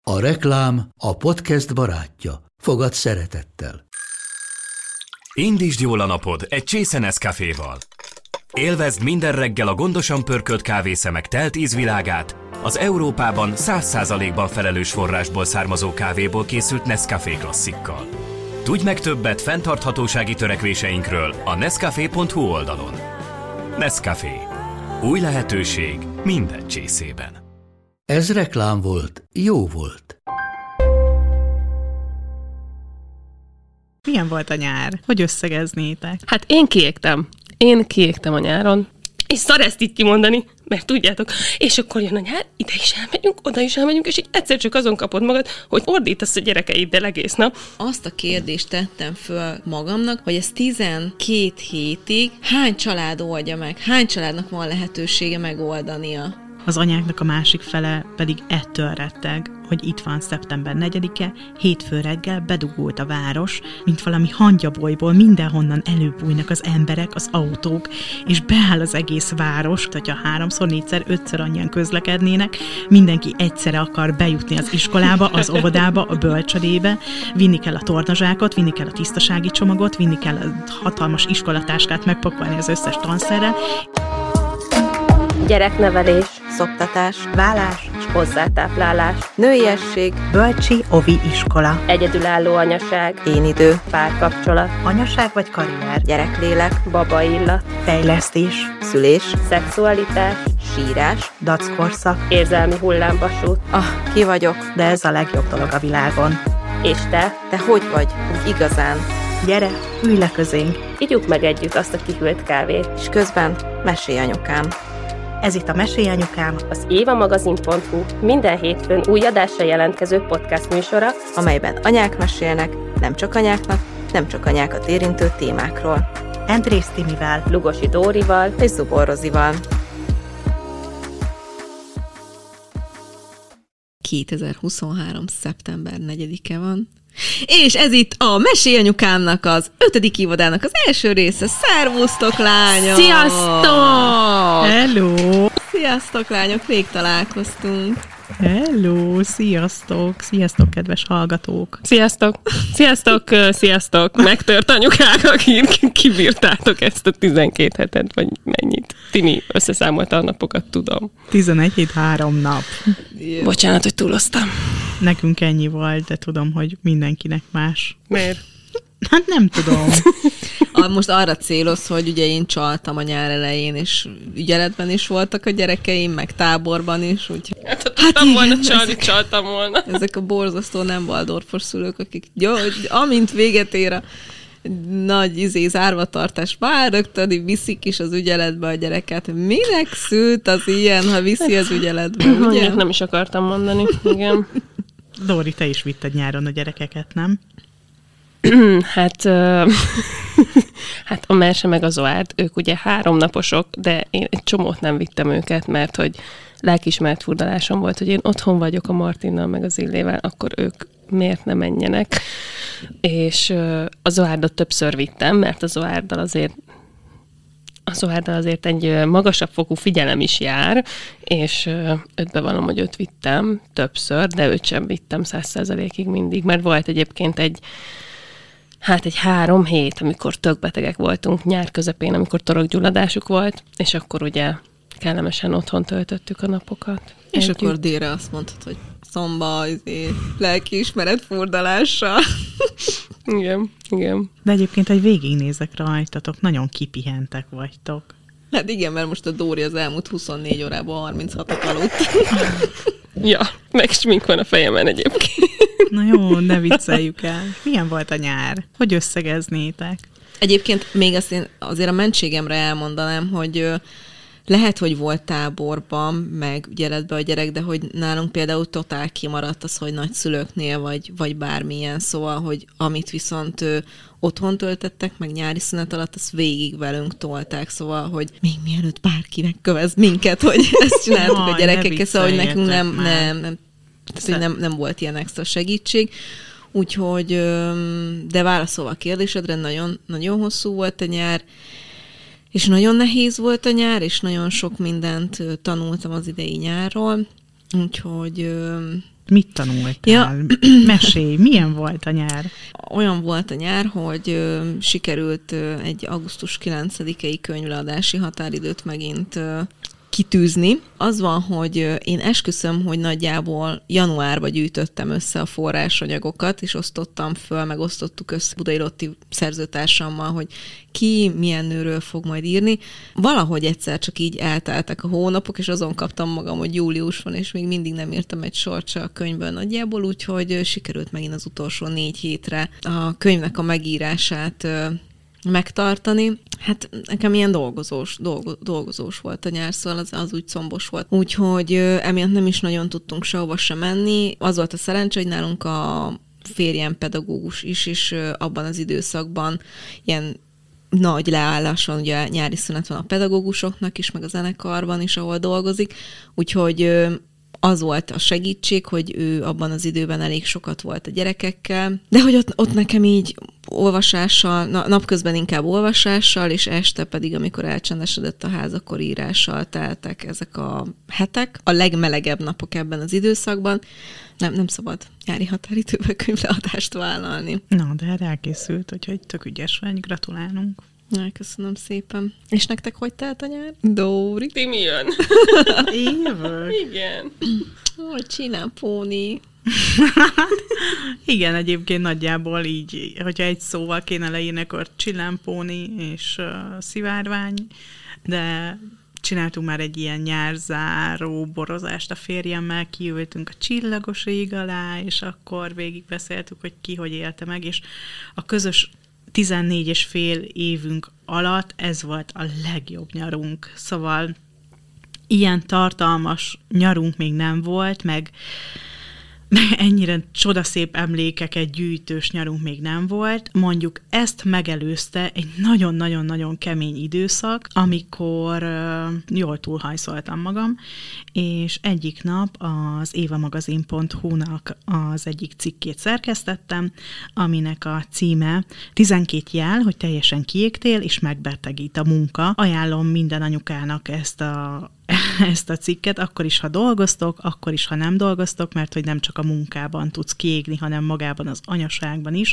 A reklám a podcast barátja. Fogad szeretettel. Indítsd jól a napod egy csésze Nescaféval. Élvezd minden reggel a gondosan pörkölt kávészemek telt ízvilágát, az Európában 100%-ban felelős forrásból származó kávéból készült Nescafé klasszikkal. Tudj meg többet fenntarthatósági törekvéseinkről a nescafé.hu oldalon. Nescafé. Új lehetőség minden csészében. Ez reklám volt, jó volt. Milyen volt a nyár? Hogy összegeznétek? Hát én kiégtem a nyáron, és szar ezt így kimondani, mert tudjátok, és akkor jön a nyár, ide is elmegyünk, oda is elmegyünk, és így egyszer csak azon kapod magad, hogy ordítasz a gyerekeiddel egész nap. Azt a kérdést tettem föl magamnak, hogy ez 12 hétig hány család oldja meg, hány családnak van lehetősége megoldania. Az anyáknak a másik fele pedig ettől retteg, hogy itt van szeptember 4-e, hétfő reggel bedugult a város, mint valami hangyabolyból, mindenhonnan előbújnak az emberek, az autók, és beáll az egész város, hogyha 3-szor, 4-szer, 5-ször annyian közlekednének, mindenki egyszerre akar bejutni az iskolába, az óvodába, a bölcsödébe, vinni kell a tornazsákot, vinni kell a tisztasági csomagot, vinni kell a hatalmas iskolatáskát megpakolni az összes tanszerrel. Gyereknevelés, szoptatás, vállás és hozzátáplálás, nőiesség, Bölcsi ovi iskola, egyedülálló anyaság, én idő, párkapcsolat, anyaság vagy karrier, gyereklélek, baba illat, fejlesztés, szülés, szexualitás, sírás, dackorszak, érzelmi hullámvasút. ki vagyok, de ez a legjobb dolog a világon. És te? te hogy vagy, úgy igazán, Gyere, ülj le közénk! Igyuk meg együtt azt a kihűlt kávét. és közben mesélj anyukám. Ez itt a Mesélj Anyukám, Az évamagazin.hu minden hétfőn új adásra jelentkező podcast műsora, Amelyben anyák mesélnek, nem csak anyáknak, nem csak anyákat érintő témákról. Andrész Timivel, Lugosi Dórival, És Zubor Rozival. 2023. szeptember 4-e van. És ez itt a Mesélj Anyukámnak az 5. évadának az első része. Szervusztok, lányok! Sziasztok! hello! Sziasztok, lányok! Rég találkoztunk. Hello! Sziasztok! Sziasztok, kedves hallgatók! Sziasztok! Megtört anyukák, akik kibírtátok ezt a 12 hetet, vagy mennyit. Timi összeszámolta a napokat, tudom. 11 hét 3 nap. Bocsánat, hogy túloztam. Nekünk ennyi volt, de tudom, hogy mindenkinek más. Miért? Hát nem tudom. Most arra céloz, hogy ugye én csaltam a nyár elején, és ügyeletben is voltak a gyerekeim, meg táborban is, úgyhogy... Csaltam volna. Ezek a borzasztó nem waldorfos szülők, akik amint véget ér a nagy zárvatartás, már rögtön viszik is az ügyeletbe a gyereket. Minek szült az ilyen, ha viszi az ügyeletbe, ugye? Mondjuk nem is akartam mondani, igen. Dóri, te is vitted nyáron a gyerekeket, nem? Hát a Merse meg az Zoárd, ők ugye 3 naposok, de én egy csomót nem vittem őket, mert hogy lelkiismeret furdalásom volt, hogy én otthon vagyok a Martinnal meg az Illével, akkor ők miért ne menjenek. És a Zoárdot többször vittem, mert a Zoárddal azért egy magasabb fokú figyelem is jár, és őt bevallom, hogy őt vittem többször, de őt sem vittem 100%-ig mindig, mert volt egyébként egy 3 hét, amikor tök betegek voltunk nyár közepén, amikor torokgyulladásuk volt, és akkor ugye kellemesen otthon töltöttük a napokat. És együtt. akkor délre azt mondtad, hogy szomba, lelkiismeret furdalással. Igen. De egyébként, hogy végignézek rajtatok, nagyon kipihentek vagytok. Hát igen, mert most a Dóri az elmúlt 24 órában 36-ot aludt. Ja, meg smink van a fejemen egyébként. Na jó, ne vicceljük el. Milyen volt a nyár? Hogy összegeznétek? Egyébként még azt én azért a mentségemre elmondanám, hogy lehet, hogy volt táborban, meg ügyeletben a gyerek, de hogy nálunk például totál kimaradt az, hogy nagyszülőknél, vagy bármilyen, szóval, hogy amit viszont otthon töltettek, meg nyári szünet alatt, azt végig velünk tolták, szóval, hogy még mielőtt bárki megkövez minket, hogy ezt csináltuk a gyerekekkel, szóval, hogy nekünk nem volt ilyen extra segítség. Úgyhogy, de válaszolva a kérdésedre, nagyon, nagyon hosszú volt a nyár, és nagyon nehéz volt a nyár, és nagyon sok mindent tanultam az idei nyárról, úgyhogy Mit tanultál? Ja. Mesélj, milyen volt a nyár? Olyan volt a nyár, hogy sikerült egy augusztus 9-i könyvleadási határidőt megint kitűzni. Az van, hogy én esküszöm, hogy nagyjából januárban gyűjtöttem össze a forrásanyagokat, és osztottam föl, meg osztottuk össze Budai Lotti szerzőtársammal, hogy ki milyen nőről fog majd írni. Valahogy egyszer csak így elteltek a hónapok, és azon kaptam magam, hogy július van, és még mindig nem írtam egy sort se a könyvből nagyjából, úgyhogy sikerült megint az utolsó 4 hétre a könyvnek a megírását megtartani. Hát nekem ilyen dolgozós volt a nyár, szóval az úgy combos volt. Úgyhogy emiatt nem is nagyon tudtunk sehova sem menni. Az volt a szerencse, hogy nálunk a férjem pedagógus is, és abban az időszakban ilyen nagy leállás van, ugye nyári szünet van a pedagógusoknak is, meg a zenekarban is, ahol dolgozik. Úgyhogy az volt a segítség, hogy ő abban az időben elég sokat volt a gyerekekkel, de hogy ott nekem így olvasással, napközben inkább olvasással, és este pedig, amikor elcsendesedett a ház, akkor írással teltek ezek a hetek. A legmelegebb napok ebben az időszakban. Nem szabad nyári határidőben könyvleadást vállalni. Na, de hát elkészült, úgyhogy tök ügyes vagy, gratulálunk. Na, köszönöm szépen. És nektek hogy telt a nyár? Dóri? Timi jön. Én jövök. Igen. Hogy csinál, Póni? Igen, egyébként nagyjából így, hogyha egy szóval kéne leírni, akkor csillámpóni és szivárvány, de csináltunk már egy ilyen nyárzáró borozást a férjemmel, kiültünk a csillagos ég alá, és akkor végigbeszéltük, hogy ki hogy élte meg, és a közös 14,5 évünk alatt ez volt a legjobb nyarunk. Szóval ilyen tartalmas nyarunk még nem volt, meg ennyire csodaszép emlékeket gyűjtős nyarunk még nem volt. Mondjuk ezt megelőzte egy nagyon-nagyon-nagyon kemény időszak, amikor jól túlhajszoltam magam, és egyik nap az évamagazin.hu-nak az egyik cikkét szerkesztettem, aminek a címe 12 jel, hogy teljesen kiégtél, és megbetegít a munka. Ajánlom minden anyukának ezt a cikket, akkor is, ha dolgoztok, akkor is, ha nem dolgoztok, mert hogy nem csak a munkában tudsz kiégni, hanem magában az anyaságban is.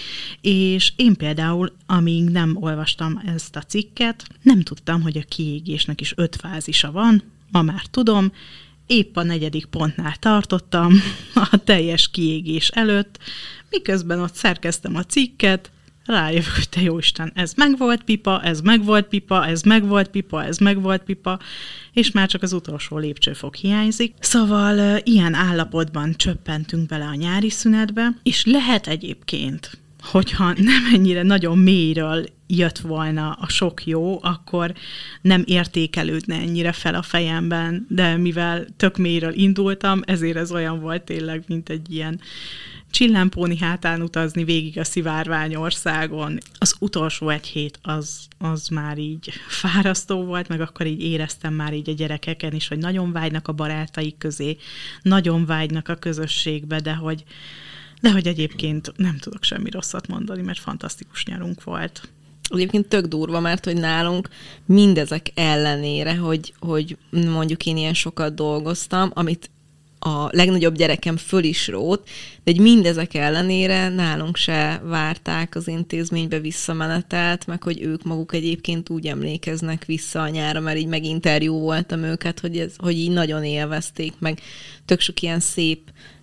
És én például, amíg nem olvastam ezt a cikket, nem tudtam, hogy a kiégésnek is 5 fázisa van, ma már tudom, épp a 4. pontnál tartottam a teljes kiégés előtt, miközben ott szerkeztem a cikket, rájövök, hogy te jóisten, ez meg volt pipa, ez meg volt pipa, ez meg volt pipa, ez meg volt pipa, és már csak az utolsó lépcsőfok hiányzik. Szóval ilyen állapotban csöppentünk bele a nyári szünetbe, és lehet egyébként, hogyha nem ennyire nagyon mélyről jött volna a sok jó, akkor nem értékelődne ennyire fel a fejemben, de mivel tök mélyről indultam, ezért ez olyan volt tényleg, mint egy ilyen csillámpóni hátán utazni végig a Szivárványországon. Az utolsó 1 hét az már így fárasztó volt, meg akkor így éreztem már így a gyerekeken is, hogy nagyon vágynak a barátaik közé, nagyon vágynak a közösségbe, de hogy egyébként nem tudok semmi rosszat mondani, mert fantasztikus nyarunk volt. Egyébként tök durva, mert hogy nálunk mindezek ellenére, hogy mondjuk én ilyen sokat dolgoztam, amit a legnagyobb gyerekem föl is rót, de egy mindezek ellenére nálunk se várták az intézménybe visszamenetelt, meg hogy ők maguk egyébként úgy emlékeznek vissza a nyárra, mert így meginterjú voltam őket, hogy így nagyon élvezték, meg tök sok ilyen szép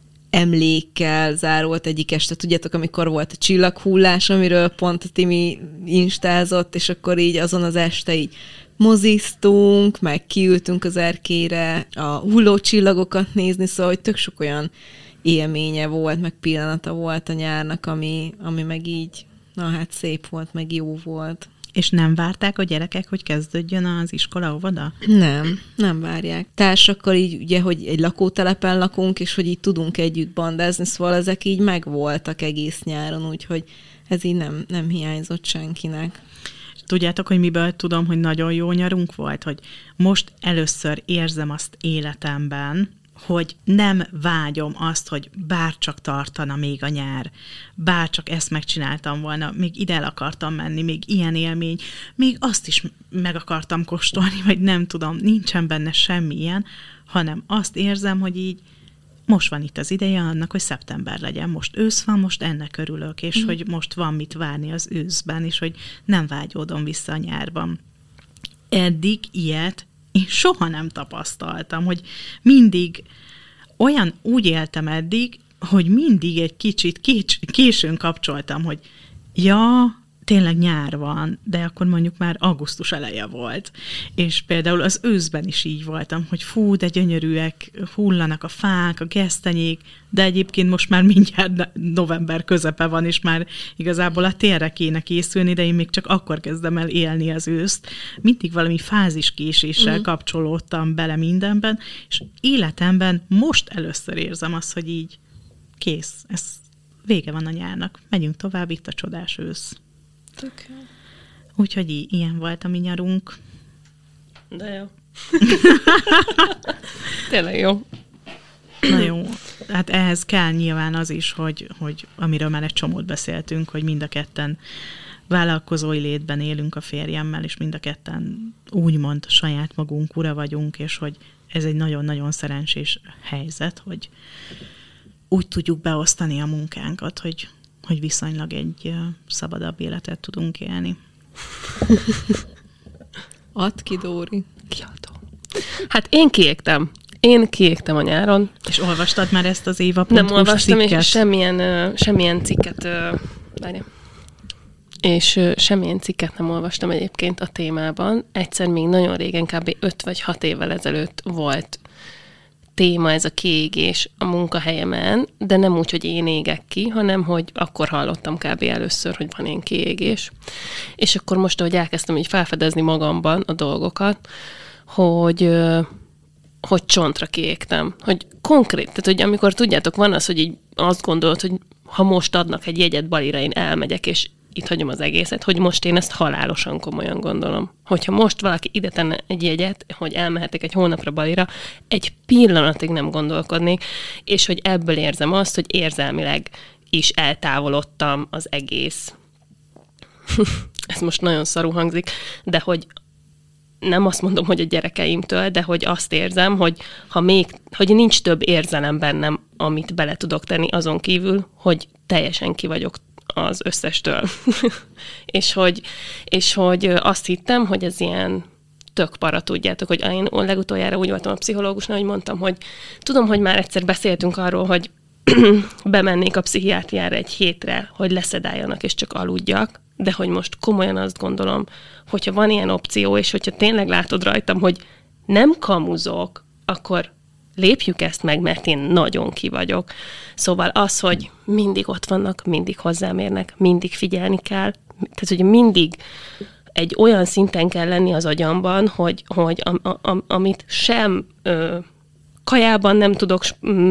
emlékkel zárult egyik este. Tudjátok, amikor volt a csillaghullás, amiről pont a Timi instázott, és akkor így azon az este így moziztunk, meg kiültünk az erkélyre a hulló csillagokat nézni, szóval hogy tök sok olyan élménye volt, meg pillanata volt a nyárnak, ami meg így, na hát szép volt, meg jó volt. És nem várták a gyerekek, hogy kezdődjön az iskola-óvoda? Nem várják. Társakkal így ugye, hogy egy lakótelepen lakunk, és hogy így tudunk együtt bandázni, szóval ezek így megvoltak egész nyáron, úgyhogy ez így nem hiányzott senkinek. Tudjátok, hogy miből tudom, hogy nagyon jó nyarunk volt? Hogy most először érzem azt életemben, hogy nem vágyom azt, hogy bárcsak tartana még a nyár, bárcsak ezt megcsináltam volna, még ide el akartam menni, még ilyen élmény, még azt is meg akartam kóstolni, vagy nem tudom, nincsen benne semmi ilyen, hanem azt érzem, hogy így most van itt az ideje annak, hogy szeptember legyen. Most ősz van, most ennek örülök, és hogy most van mit várni az őszben, és hogy nem vágyódom vissza a nyárban. Eddig ilyet én soha nem tapasztaltam, hogy mindig úgy éltem eddig, hogy mindig egy kicsit későn kapcsoltam, hogy tényleg nyár van, de akkor mondjuk már augusztus eleje volt. És például az őszben is így voltam, hogy fú, de gyönyörűek, hullanak a fák, a gesztenyék, de egyébként most már mindjárt november közepe van, és már igazából a télre kéne készülni, de én még csak akkor kezdem el élni az őszt. Mindig valami fáziskéséssel kapcsolódtam bele mindenben, és életemben most először érzem azt, hogy így kész, ez vége van a nyárnak. Megyünk tovább, itt a csodás ősz. Okay. Úgyhogy ilyen volt a mi nyarunk. De jó. Tényleg jó. Na jó. Hát ehhez kell nyilván az is, hogy amiről már egy csomót beszéltünk, hogy mind a ketten vállalkozói létben élünk a férjemmel, és mind a ketten úgymond saját magunk ura vagyunk, és hogy ez egy nagyon-nagyon szerencsés helyzet, hogy úgy tudjuk beosztani a munkánkat, hogy viszonylag egy szabadabb életet tudunk élni. Add ki, Dóri. Kiadom. Hát én kiégtem a nyáron. És olvastad már ezt az Éva.hu-s nem olvastam, cikket? És semmilyen cikket semmilyen cikket nem olvastam egyébként a témában. Egyszer még nagyon régen, kb. 5 vagy 6 évvel ezelőtt volt téma ez a kiégés a munkahelyemen, de nem úgy, hogy én égek ki, hanem hogy akkor hallottam kb. Először, hogy van ilyen kiégés. És akkor most, ahogy elkezdtem így felfedezni magamban a dolgokat, hogy csontra kiégtem. Hogy konkrét, tehát hogy amikor tudjátok, van az, hogy így azt gondolod, hogy ha most adnak egy jegyet Balira, én elmegyek, és itt hagyom az egészet, hogy most én ezt halálosan komolyan gondolom. Hogyha most valaki ide tenne egy jegyet, hogy elmehetek egy hónapra Balira, egy pillanatig nem gondolkodnék, és hogy ebből érzem azt, hogy érzelmileg is eltávolodtam az egész. Ez most nagyon szarú hangzik, de hogy nem azt mondom, hogy a gyerekeimtől, de hogy azt érzem, hogy hogy nincs több érzelem bennem, amit bele tudok tenni azon kívül, hogy teljesen ki vagyok az összestől. és hogy azt hittem, hogy ez ilyen tök para, tudjátok, hogy én legutoljára úgy voltam a pszichológusnál, hogy mondtam, hogy tudom, hogy már egyszer beszéltünk arról, hogy bemennék a pszichiátriára egy hétre, hogy leszedáljanak és csak aludjak, de hogy most komolyan azt gondolom, hogyha van ilyen opció, és hogyha tényleg látod rajtam, hogy nem kamuzok, akkor lépjük ezt meg, mert én nagyon ki vagyok. Szóval az, hogy mindig ott vannak, mindig hozzám érnek, mindig figyelni kell, tehát hogy mindig egy olyan szinten kell lenni az agyamban, hogy amit sem kajában nem tudok,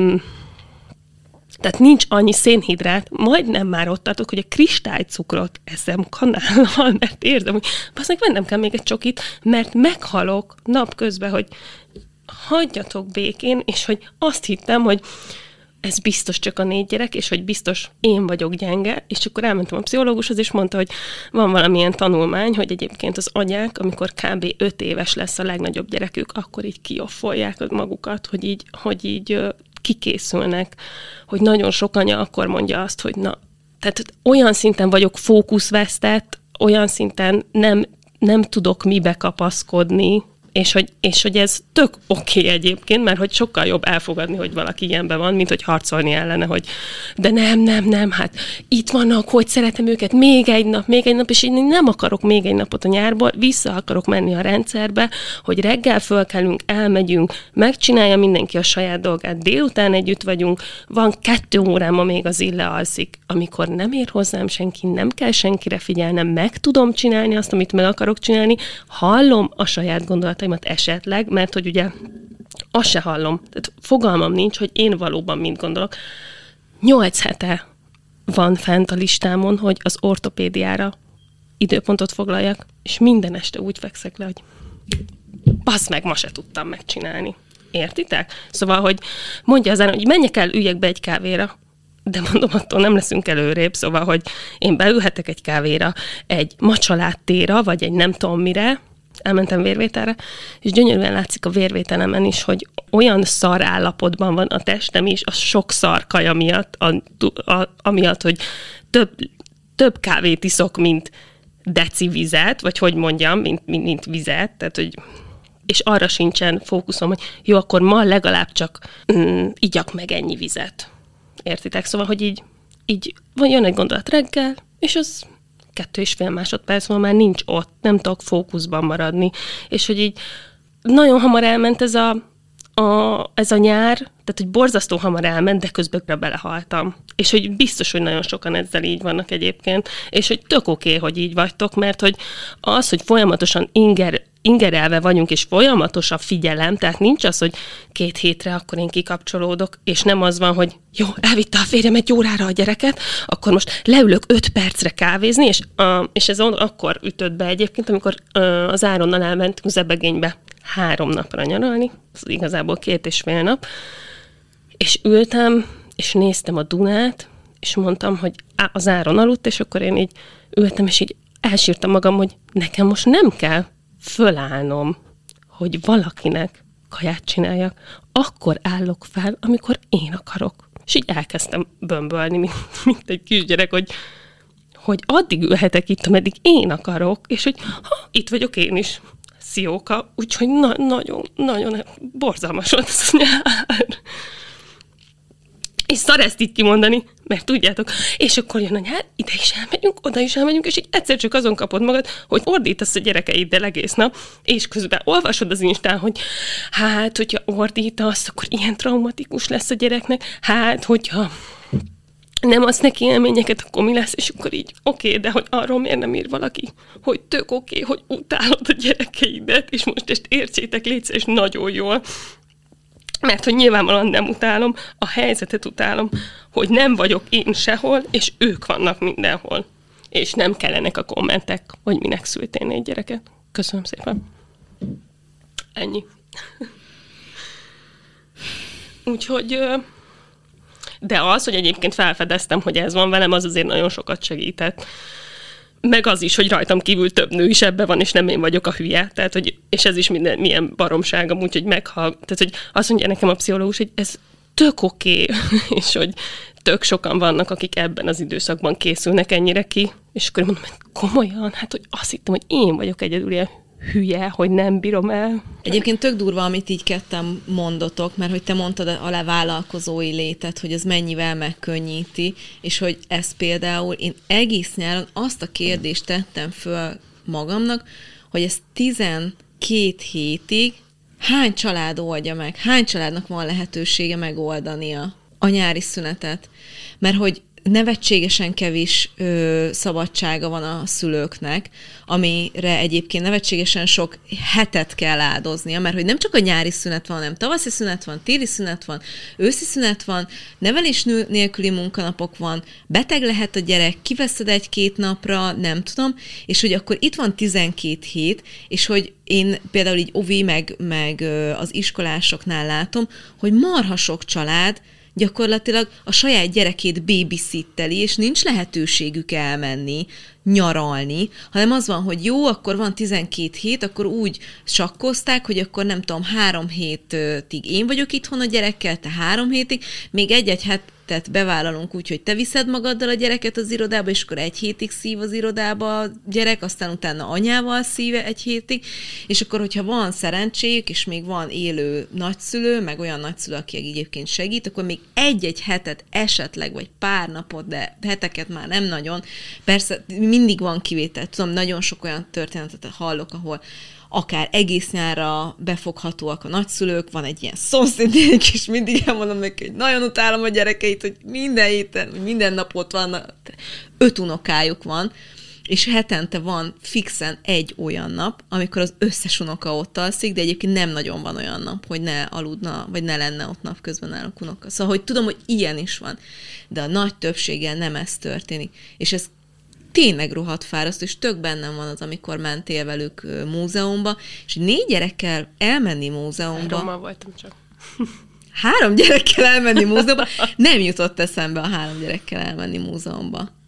tehát nincs annyi szénhidrát, majdnem már ott tartok, hogy a kristálycukrot eszem kanállal, mert érzem, hogy bazdmeg vennem kell még egy csokit, mert meghalok napközben, hogy hagyjatok békén, és hogy azt hittem, hogy ez biztos csak a 4 gyerek, és hogy biztos én vagyok gyenge, és akkor elmentem a pszichológushoz, és mondta, hogy van valamilyen tanulmány, hogy egyébként az anyák, amikor kb. 5 éves lesz a legnagyobb gyerekük, akkor így kioffolják magukat, hogy így kikészülnek, hogy nagyon sok anya akkor mondja azt, hogy na, tehát olyan szinten vagyok fókuszvesztett, olyan szinten nem tudok mibe kapaszkodni, és hogy ez tök oké egyébként, mert hogy sokkal jobb elfogadni, hogy valaki ilyenben van, mint hogy harcolni ellene, hogy de nem, hát itt vannak, hogy szeretem őket, még egy nap, és én nem akarok még egy napot a nyárból, vissza akarok menni a rendszerbe, hogy reggel fölkelünk, elmegyünk, megcsinálja mindenki a saját dolgát, délután együtt vagyunk, van 2 órám, amíg az Ille alszik, amikor nem ér hozzám senki, nem kell senkire figyelnem, meg tudom csinálni azt, amit meg akarok csinálni, hallom a saját gondolataimat esetleg, mert hogy ugye azt se hallom, tehát fogalmam nincs, hogy én valóban mind gondolok. 8 hete van fent a listámon, hogy az ortopédiára időpontot foglaljak, és minden este úgy fekszek le, hogy bassz meg, ma se tudtam megcsinálni. Értitek? Szóval, hogy mondja az áron, hogy menjek el, üljek be egy kávéra, de mondom, attól nem leszünk előrébb, szóval, hogy én beülhetek egy kávéra, egy matcha láttéra, vagy egy nem tudom mire, elmentem vérvételre, és gyönyörűen látszik a vérvételemen is, hogy olyan szar állapotban van a testem is, a sok szarkaja miatt, amiatt, hogy több kávét iszok, mint deci vizet, vagy hogy mondjam, mint vizet, tehát, hogy és arra sincsen fókuszom, hogy jó, akkor ma legalább csak igyak meg ennyi vizet. Értitek? Szóval, hogy így jön egy gondolat reggel, és az 2,5 másodperc múlva már nincs ott, nem tudok fókuszban maradni. És hogy így nagyon hamar elment ez a nyár, tehát hogy borzasztó hamar elment, de közben belehaltam. És hogy biztos, hogy nagyon sokan ezzel így vannak egyébként, és hogy tök oké, hogy így vagytok, mert hogy az, hogy folyamatosan ingerelve vagyunk, és folyamatos a figyelem, tehát nincs az, hogy 2 hétre akkor én kikapcsolódok, és nem az van, hogy jó, elvitte a férjem 1 órára a gyereket, akkor most leülök 5 percre kávézni, és ez akkor ütött be egyébként, amikor az Áronnal elmentünk Zebegénybe 3 napra nyaralni, az igazából 2,5 nap, és ültem, és néztem a Dunát, és mondtam, hogy az Áron aludt, és akkor én így ültem, és így elsírtam magam, hogy nekem most nem kell fölállnom, hogy valakinek kaját csináljak, akkor állok fel, amikor én akarok. És így elkezdtem bömbölni, mint egy kisgyerek, hogy addig ülhetek itt, ameddig én akarok, és hogy itt vagyok én is, szióka, úgyhogy nagyon borzalmas volt ez a nyár. És szar ezt így kimondani, mert tudjátok, és akkor jön a nyár, ide is elmegyünk, oda is elmegyünk, és így egyszer csak azon kapod magad, hogy ordítasz a gyerekeiddel egész nap, és közben olvasod az Instán, hogy hát, hogyha ordítasz, akkor ilyen traumatikus lesz a gyereknek, hát, hogyha nem adsz neki élményeket, akkor mi lesz, és akkor így oké, de hogy arról miért nem ír valaki, hogy tök oké, hogy utálod a gyerekeidet, és most ezt értsétek, légy nagyon jól. Mert hogy nyilvánvalóan nem utálom, a helyzetet utálom, hogy nem vagyok én sehol, és ők vannak mindenhol. És nem kellenek a kommentek, hogy minek szültél 4 gyereket. Köszönöm szépen. Ennyi. Úgyhogy... De az, hogy egyébként felfedeztem, hogy ez van velem, az azért nagyon sokat segített. Meg az is, hogy rajtam kívül több nő is ebben van, és nem én vagyok a hülye. Tehát, hogy, és ez is milyen baromságom, úgyhogy tehát, hogy azt mondja nekem a pszichológus, hogy ez tök oké, és hogy tök sokan vannak, akik ebben az időszakban készülnek ennyire ki, és akkor mondom, hogy komolyan, hát, hogy azt hittem, hogy én vagyok egyedül ilyen hülye, hogy nem bírom el. Egyébként tök durva, amit így ketten mondotok, mert hogy te mondtad a vállalkozói létet, hogy az mennyivel megkönnyíti, és hogy ez például én egész nyáron azt a kérdést tettem föl magamnak, hogy ez 12 hétig hány család oldja meg, hány családnak van lehetősége megoldania a nyári szünetet. Mert hogy nevetségesen kevés szabadsága van a szülőknek, amire egyébként nevetségesen sok hetet kell áldoznia, mert hogy nem csak a nyári szünet van, hanem tavaszi szünet van, téli szünet van, őszi szünet van, nevelés nélküli munkanapok van, beteg lehet a gyerek, kiveszed 1-2 napra, nem tudom, és hogy akkor itt van 12 hét, és hogy én például így ovi, meg az iskolásoknál látom, hogy marha sok család gyakorlatilag a saját gyerekét babysitteli, és nincs lehetőségük elmenni, nyaralni, hanem az van, hogy jó, akkor van 12 hét, akkor úgy sakkozták, hogy akkor nem tudom, 3 hétig én vagyok itthon a gyerekkel, te 3 hétig, még egy hetet bevállalunk úgy, hogy te viszed magaddal a gyereket az irodába, és akkor 1 hétig szív az irodába a gyerek, aztán utána anyával szív 1 hétig, és akkor, hogyha van szerencséjük, és még van élő nagyszülő, meg olyan nagyszülő, aki egyébként segít, akkor még egy hetet esetleg, vagy pár napot, de heteket már nem nagyon. Persze mindig van kivétel. Tudom, nagyon sok olyan történetet hallok, ahol akár egész nyárra befoghatóak a nagyszülők, van egy ilyen szomszédénk, és mindig elmondom neki, hogy nagyon utálom a gyerekeit, hogy minden héten, minden nap ott van, 5 unokájuk van, és hetente van fixen egy olyan nap, amikor az összes unoka ott alszik, de egyébként nem nagyon van olyan nap, hogy ne aludna, vagy ne lenne ott napközben náluk unoka. Szóval, hogy tudom, hogy ilyen is van, de a nagy többséggel nem ez történik. És ez tényleg rohadt fárasztó, és tök bennem van az, amikor mentél velük múzeumba, és 4 gyerekkel elmenni múzeumba. 3 voltam csak. 3 gyerekkel elmenni múzeumba? Nem jutott eszembe a 3 gyerekkel elmenni múzeumba.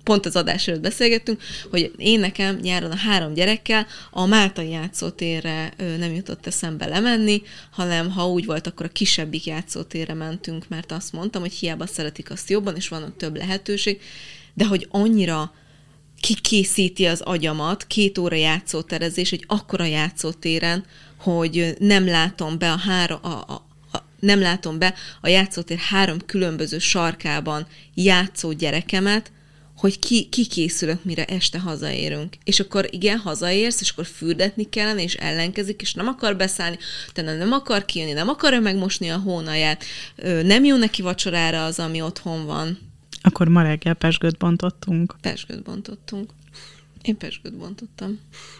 pont az adás előtt beszélgettünk, hogy én nekem nyáron a 3 gyerekkel a Máltai játszótérre nem jutott eszembe lemenni, hanem ha úgy volt, akkor a kisebbik játszótérre mentünk, mert azt mondtam, hogy hiába szeretik azt jobban, és van ott több lehetőség, de hogy annyira kikészíti az agyamat 2 óra játszóterezés egy akkora játszótéren, hogy nem látom be nem látom be a játszótér 3 különböző sarkában játszó gyerekemet, hogy kikészülök, mire este hazaérünk. És akkor igen, hazaérsz, és akkor fürdetni kellene, és ellenkezik, és nem akar beszállni, utána nem akar kijönni, nem akarja megmosni a hónalját, nem jó neki vacsorára az, ami otthon van. Akkor ma reggel pezsgőt bontottunk. Pezsgőt bontottunk. Én pezsgőt bontottam.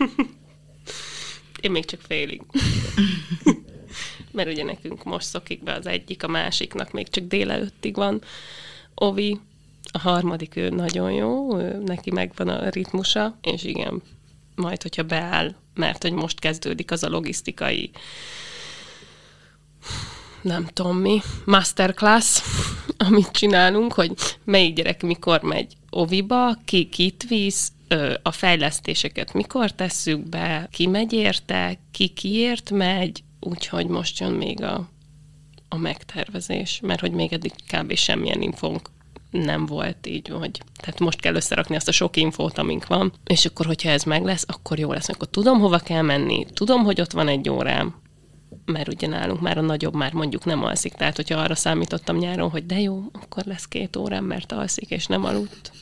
Én még csak félig. Mert ugye nekünk most szokik be az egyik, a másiknak még csak délelőttig van ovi, a harmadik ő nagyon jó, neki megvan a ritmusa, és igen, majd, hogyha beáll, mert hogy most kezdődik az a logisztikai, nem tudom mi, masterclass, amit csinálunk, hogy melyik gyerek mikor megy oviba, ki kit visz, a fejlesztéseket mikor tesszük be, ki megy érte, ki kiért megy, úgyhogy most jön még a megtervezés, mert hogy még eddig kb. Semmilyen infónk nem volt így, hogy tehát most kell összerakni azt a sok infót, amink van, és akkor, hogyha ez meg lesz, akkor jó lesz, akkor tudom, hova kell menni, tudom, hogy ott van 1 órám, mert ugye nálunk már a nagyobb már mondjuk nem alszik, tehát hogyha arra számítottam nyáron, hogy de jó, akkor lesz 2 órám, mert alszik, és nem aludt.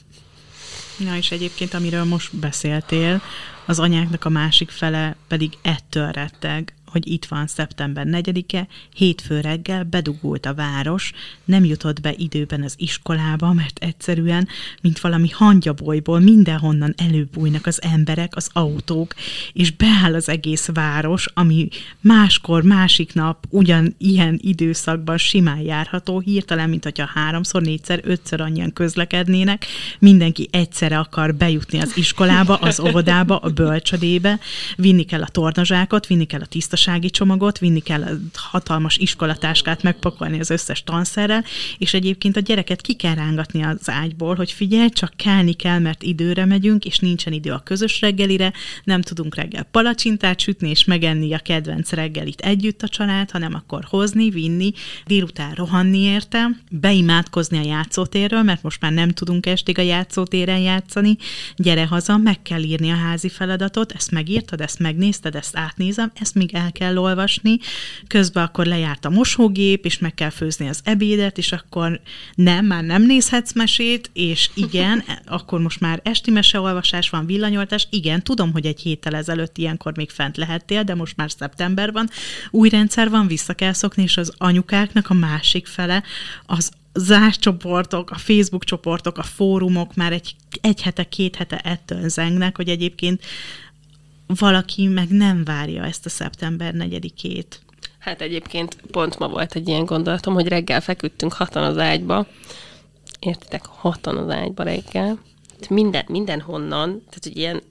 Na és egyébként, amiről most beszéltél, az anyáknak a másik fele pedig ettől retteg, hogy itt van szeptember 4-e, hétfő reggel bedugult a város, nem jutott be időben az iskolába, mert egyszerűen, mint valami hangyabolyból mindenhonnan előbújnak az emberek, az autók, és beáll az egész város, ami máskor, másik nap ugyanilyen időszakban simán járható, hirtelen, mint hogyha 3-szor, 4-szer, 5-ször annyian közlekednének, mindenki egyszerre akar bejutni az iskolába, az óvodába, a bölcsödébe, vinni kell a tornazsákot, vinni kell a tisztasági csomagot, vinni kell a hatalmas iskolatáskát, megpakolni az összes tanszerrel, és egyébként a gyereket ki kell rángatni az ágyból, hogy figyelj, csak kelni kell, mert időre megyünk, és nincsen idő a közös reggelire, nem tudunk reggel palacsintát sütni, és megenni a kedvenc reggelit együtt a család, hanem akkor hozni, vinni, délután rohanni érte, beimádkozni a játszótérről, mert most már nem tudunk estig a játszótéren játszani, gyere haza, meg kell írni a házi feladatot, ezt megírtad, ezt megnézted, ezt átnézem, ezt még el kell olvasni, közben akkor lejárt a mosógép, és meg kell főzni az ebédet, és akkor már nem nézhetsz mesét, és igen, akkor most már esti meseolvasás van, villanyoltás, igen, tudom, hogy egy héttel ezelőtt ilyenkor még fent lehettél, de most már szeptember van, új rendszer van, vissza kell szokni, és az anyukáknak a másik fele, az zárt csoportok, a Facebook csoportok, a fórumok már egy hete, 2 hete ettől zengnek, hogy egyébként valaki meg nem várja ezt a szeptember 4-ét. Hát egyébként pont ma volt egy ilyen gondolatom, hogy reggel feküdtünk 6-an az ágyba. Értitek? 6-an az ágyba reggel. Mindenhonnan, tehát hogy ilyen,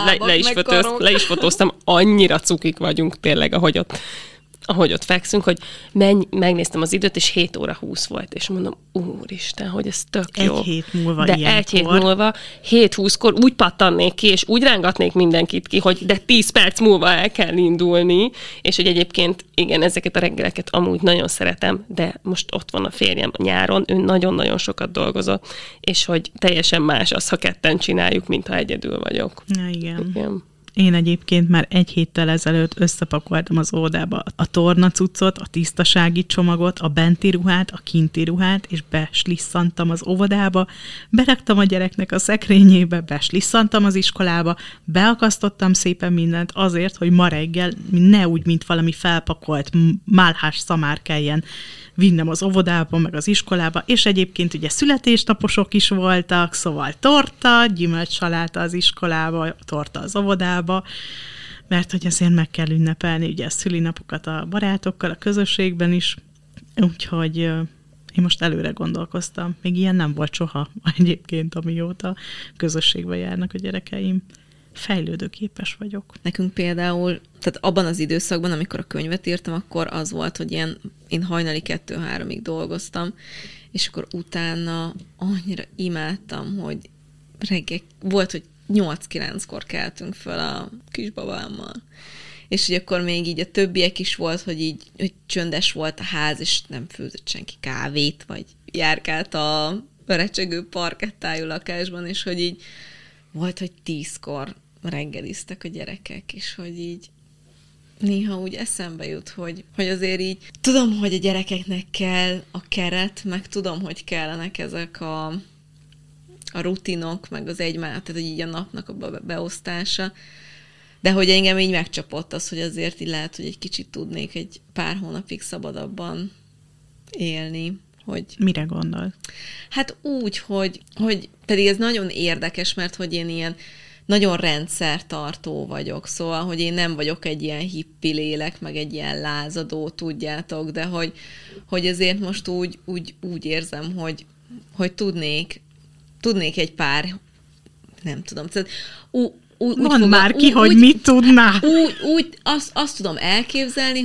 le is fotóztam, annyira cukik vagyunk tényleg, ahogy ott fekszünk, hogy megnéztem az időt, és 7 óra 20 volt, és mondom, úristen, hogy ez tök jó. Egy hét múlva de ilyenkor. egy hét múlva, 7-20-kor úgy pattannék ki, és úgy rángatnék mindenkit ki, hogy de 10 perc múlva el kell indulni, és hogy egyébként, igen, ezeket a reggeleket amúgy nagyon szeretem, de most ott van a férjem nyáron, ő nagyon-nagyon sokat dolgozott, és hogy teljesen más az, ha ketten csináljuk, mint ha egyedül vagyok. Ja, igen. Én egyébként már 1 héttel ezelőtt összepakoltam az óvodába a tornacuccot, a tisztasági csomagot, a benti ruhát, a kinti ruhát, és beslisszantam az óvodába, beraktam a gyereknek a szekrényébe, beslisszantam az iskolába, beakasztottam szépen mindent azért, hogy ma reggel ne úgy, mint valami felpakolt málhás szamár kelljen vinnem az óvodába, meg az iskolába, és egyébként ugye születésnaposok is voltak, szóval torta, gyümölcsaláta az iskolába, torta az óvodába, mert hogy azért meg kell ünnepelni ugye a szülinapokat a barátokkal, a közösségben is, úgyhogy én most előre gondolkoztam. Még ilyen nem volt soha egyébként, amióta közösségbe járnak a gyerekeim. Fejlődőképes vagyok. Nekünk például, tehát abban az időszakban, amikor a könyvet írtam, akkor az volt, hogy én hajnali 2-3-ig dolgoztam, és akkor utána annyira imádtam, hogy reggel volt, hogy 8-9-kor keltünk föl a kisbabámmal. És hogy akkor még így a többiek is volt, hogy csöndes volt a ház, és nem főzött senki kávét, vagy járkált a recsegő parkettájú lakásban, és hogy így volt, hogy 10-kor reggeliztek a gyerekek, és hogy így néha úgy eszembe jut, hogy azért így tudom, hogy a gyerekeknek kell a keret, meg tudom, hogy kellenek ezek a rutinok, meg az egymás, tehát hogy így a napnak a beosztása, de hogy engem így megcsapott az, hogy azért így lehet, hogy egy kicsit tudnék egy pár hónapig szabadabban élni. Hogy... Mire gondol? Hát úgy, hogy pedig ez nagyon érdekes, mert hogy én ilyen nagyon rendszertartó vagyok, szóval, hogy én nem vagyok egy ilyen hippi lélek, meg egy ilyen lázadó, tudjátok, de hogy azért most úgy érzem, hogy tudnék egy pár, nem tudom, tehát mondd már ki, hogy mit tudná. Úgy azt tudom elképzelni,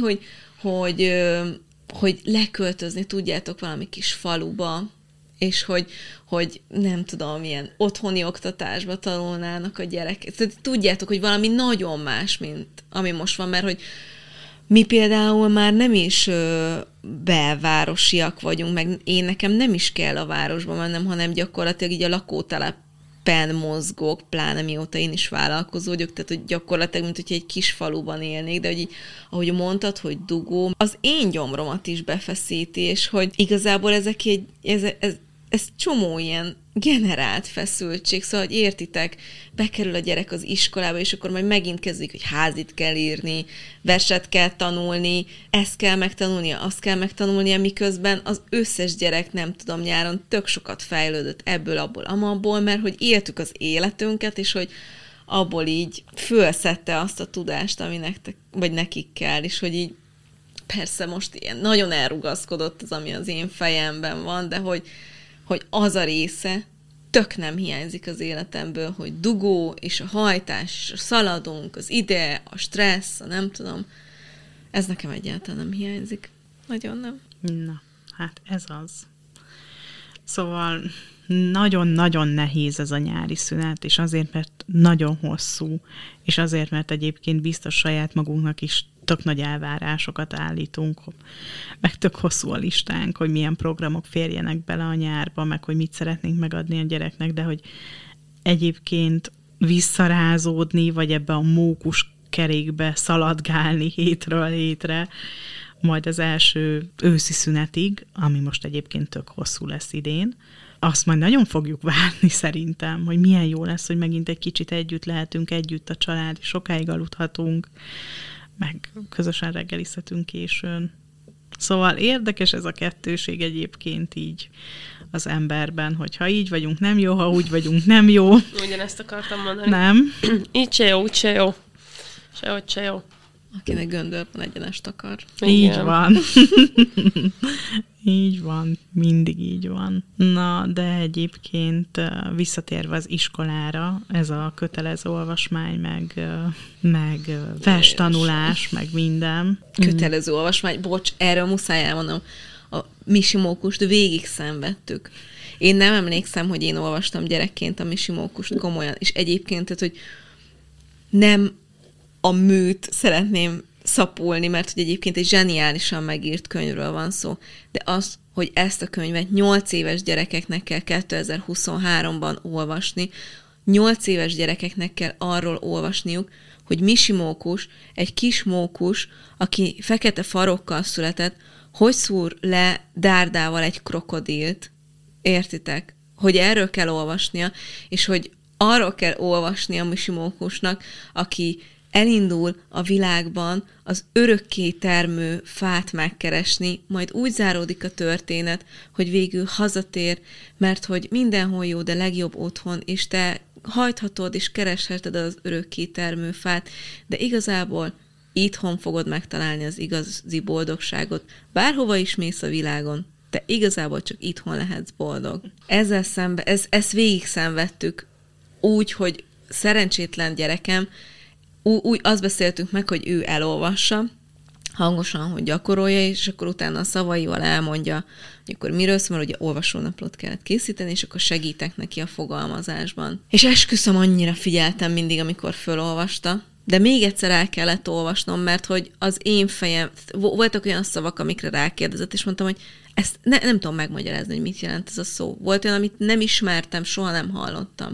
hogy leköltözni, tudjátok, valami kis faluba, és hogy nem tudom, ilyen otthoni oktatásba tanulnának a gyerekek. Tehát tudjátok, hogy valami nagyon más, mint ami most van, mert hogy mi például már nem is belvárosiak vagyunk, meg nekem nem is kell a városba mennem, hanem gyakorlatilag így a lakótelepen mozgok, pláne mióta én is vállalkozó vagyok, tehát hogy gyakorlatilag, mint hogyha egy kis faluban élnék, de hogy így, ahogy mondtad, hogy dugó, az én gyomromat is befeszíti, és hogy igazából ez csomó ilyen generált feszültség, szóval, hogy értitek, bekerül a gyerek az iskolába, és akkor majd megint kezdik, hogy házit kell írni, verset kell tanulni, ezt kell megtanulnia, azt kell megtanulnia, miközben az összes gyerek, nem tudom, nyáron tök sokat fejlődött ebből, abból, amabból, mert hogy éltük az életünket, és hogy abból így fölszedte azt a tudást, ami nektek, vagy nekik kell, és hogy így persze most ilyen nagyon elrugaszkodott az, ami az én fejemben van, de hogy az a része tök nem hiányzik az életemből, hogy dugó, és a hajtás, és a szaladunk, az ide, a stressz, a nem tudom. Ez nekem egyáltalán nem hiányzik. Nagyon nem. Na, hát ez az. Szóval nagyon-nagyon nehéz ez a nyári szünet, és azért, mert nagyon hosszú, és azért, mert egyébként biztos saját magunknak is tök nagy elvárásokat állítunk, meg tök hosszú a listánk, hogy milyen programok férjenek bele a nyárba, meg hogy mit szeretnénk megadni a gyereknek, de hogy egyébként visszarázódni, vagy ebbe a mókus kerékbe szaladgálni hétről hétre, majd az első őszi szünetig, ami most egyébként tök hosszú lesz idén, azt majd nagyon fogjuk várni szerintem, hogy milyen jó lesz, hogy megint egy kicsit együtt lehetünk, együtt a család, sokáig aludhatunk, meg közösen reggelizhetünk későn. Szóval érdekes ez a kettőség egyébként így az emberben, hogy ha így vagyunk, nem jó, ha úgy vagyunk, nem jó. Ugyanezt akartam mondani. Nem. Így se jó, úgy se jó. Sehogy se jó. Akinek göndörben egyenest akar. Így van. Így van, mindig így van. Na, de egyébként visszatérve az iskolára, ez a kötelező olvasmány, meg verstanulás, meg minden. Kötelező olvasmány, bocs, erről muszáj elmondom. A Misimókust végig szenvedtük. Én nem emlékszem, hogy én olvastam gyerekként a Misimókust komolyan, és egyébként, tehát, hogy nem a műt szeretném szapulni, mert hogy egyébként egy zseniálisan megírt könyvről van szó, de az, hogy ezt a könyvet 8 éves gyerekeknek kell 2023-ban olvasni, 8 éves gyerekeknek kell arról olvasniuk, hogy Misimókus, egy kis mókus, aki fekete farokkal született, hogy szúr le dárdával egy krokodilt, értitek? Hogy erről kell olvasnia, és hogy arról kell olvasnia Misimókusnak, aki elindul a világban az örökké termő fát megkeresni, majd úgy záródik a történet, hogy végül hazatér, mert hogy mindenhol jó, de legjobb otthon, és te hajthatod és keresheted az örökké termő fát, de igazából itthon fogod megtalálni az igazi boldogságot. Bárhova is mész a világon, te igazából csak itthon lehetsz boldog. Ezzel szemben, ezt végig szenvedtük úgy, hogy szerencsétlen gyerekem, úgy azt beszéltünk meg, hogy ő elolvassa, hangosan, hogy gyakorolja, és akkor utána a szavaival elmondja, hogy akkor miről szól, mert ugye olvasónaplót kellett készíteni, és akkor segítek neki a fogalmazásban. És esküszöm, annyira figyeltem mindig, amikor fölolvasta, de még egyszer el kellett olvasnom, mert hogy az én fejem, voltak olyan szavak, amikre rákérdezett, és mondtam, hogy ezt nem tudom megmagyarázni, hogy mit jelent ez a szó. Volt olyan, amit nem ismertem, soha nem hallottam.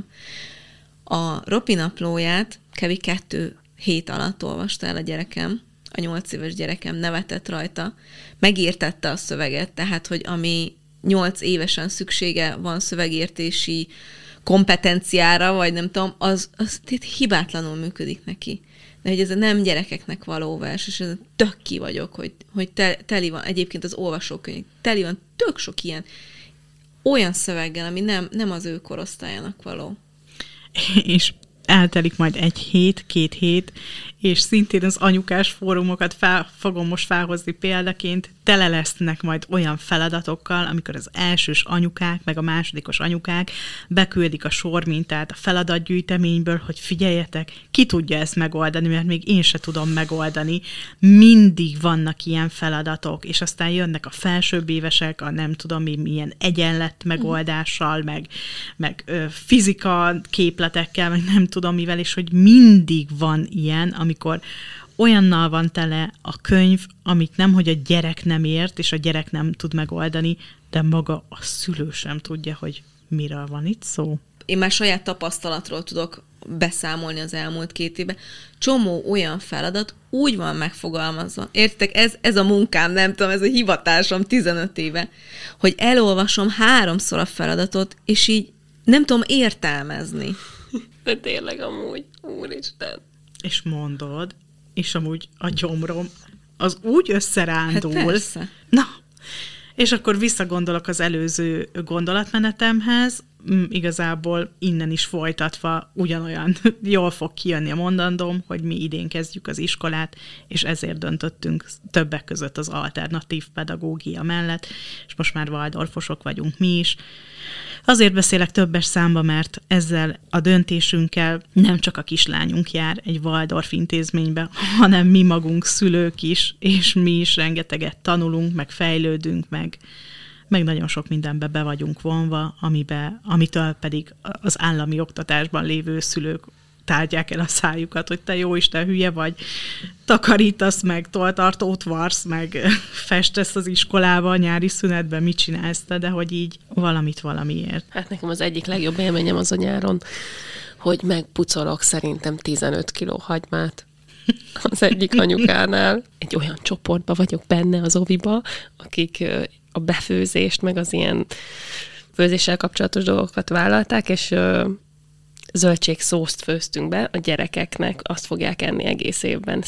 A Ropi naplóját kb. 2 hét alatt olvasta el a gyerekem, a 8 éves gyerekem nevetett rajta, megértette a szöveget, tehát, hogy ami 8 évesen szüksége van szövegértési kompetenciára, vagy nem tudom, az hibátlanul működik neki. De hogy ez nem gyerekeknek való vers, és tök ki vagyok, hogy teli van, egyébként az olvasókönyv, teli van tök sok ilyen olyan szöveggel, ami nem az ő korosztályának való. És eltelik majd 1 hét, 2 hét, és szintén az anyukás fórumokat fogom most felhozni példaként, tele lesznek majd olyan feladatokkal, amikor az elsős anyukák, meg a másodikos anyukák beküldik a sormintát a feladatgyűjteményből, hogy figyeljetek, ki tudja ezt megoldani, mert még én se tudom megoldani. Mindig vannak ilyen feladatok, és aztán jönnek a felsőbb évesek, a nem tudom milyen egyenlet megoldással, meg fizika képletekkel, meg nem tudom mivel, és hogy mindig van ilyen, amikor olyannal van tele a könyv, amit nemhogy a gyerek nem ért, és a gyerek nem tud megoldani, de maga a szülő sem tudja, hogy miről van itt szó. Én már saját tapasztalatról tudok beszámolni az elmúlt 2 évben. Csomó olyan feladat úgy van megfogalmazva. Értitek, ez a munkám, nem tudom, ez a hivatásom 15 éve, hogy elolvasom 3-szor a feladatot, és így nem tudom értelmezni. De tényleg amúgy, úristen. És mondod, és amúgy a gyomrom az úgy összerándul. Hát persze. Na, és akkor visszagondolok az előző gondolatmenetemhez, igazából innen is folytatva ugyanolyan jól fog kijönni a mondandóm, hogy mi idén kezdjük az iskolát, és ezért döntöttünk többek között az alternatív pedagógia mellett, és most már waldorfosok vagyunk mi is. Azért beszélek többes számba, mert ezzel a döntésünkkel nem csak a kislányunk jár egy Waldorf intézménybe, hanem mi magunk szülők is, és mi is rengeteget tanulunk, meg fejlődünk, meg nagyon sok mindenbe be vagyunk vonva, amitől pedig az állami oktatásban lévő szülők tárgyák el a szájukat, hogy te jóisten hülye vagy, takarítasz meg, toltartót varsz, meg festesz az iskolába, a nyári szünetben, mit csinálsz te, de hogy így valamiért. Hát nekem az egyik legjobb élményem az a nyáron, hogy megpucolok szerintem 15 kiló hagymát az egyik anyukánál. Egy olyan csoportban vagyok benne az oviba, akik a befőzést, meg az ilyen főzéssel kapcsolatos dolgokat vállalták, és zöldségszószt főztünk be a gyerekeknek, azt fogják enni egész évben.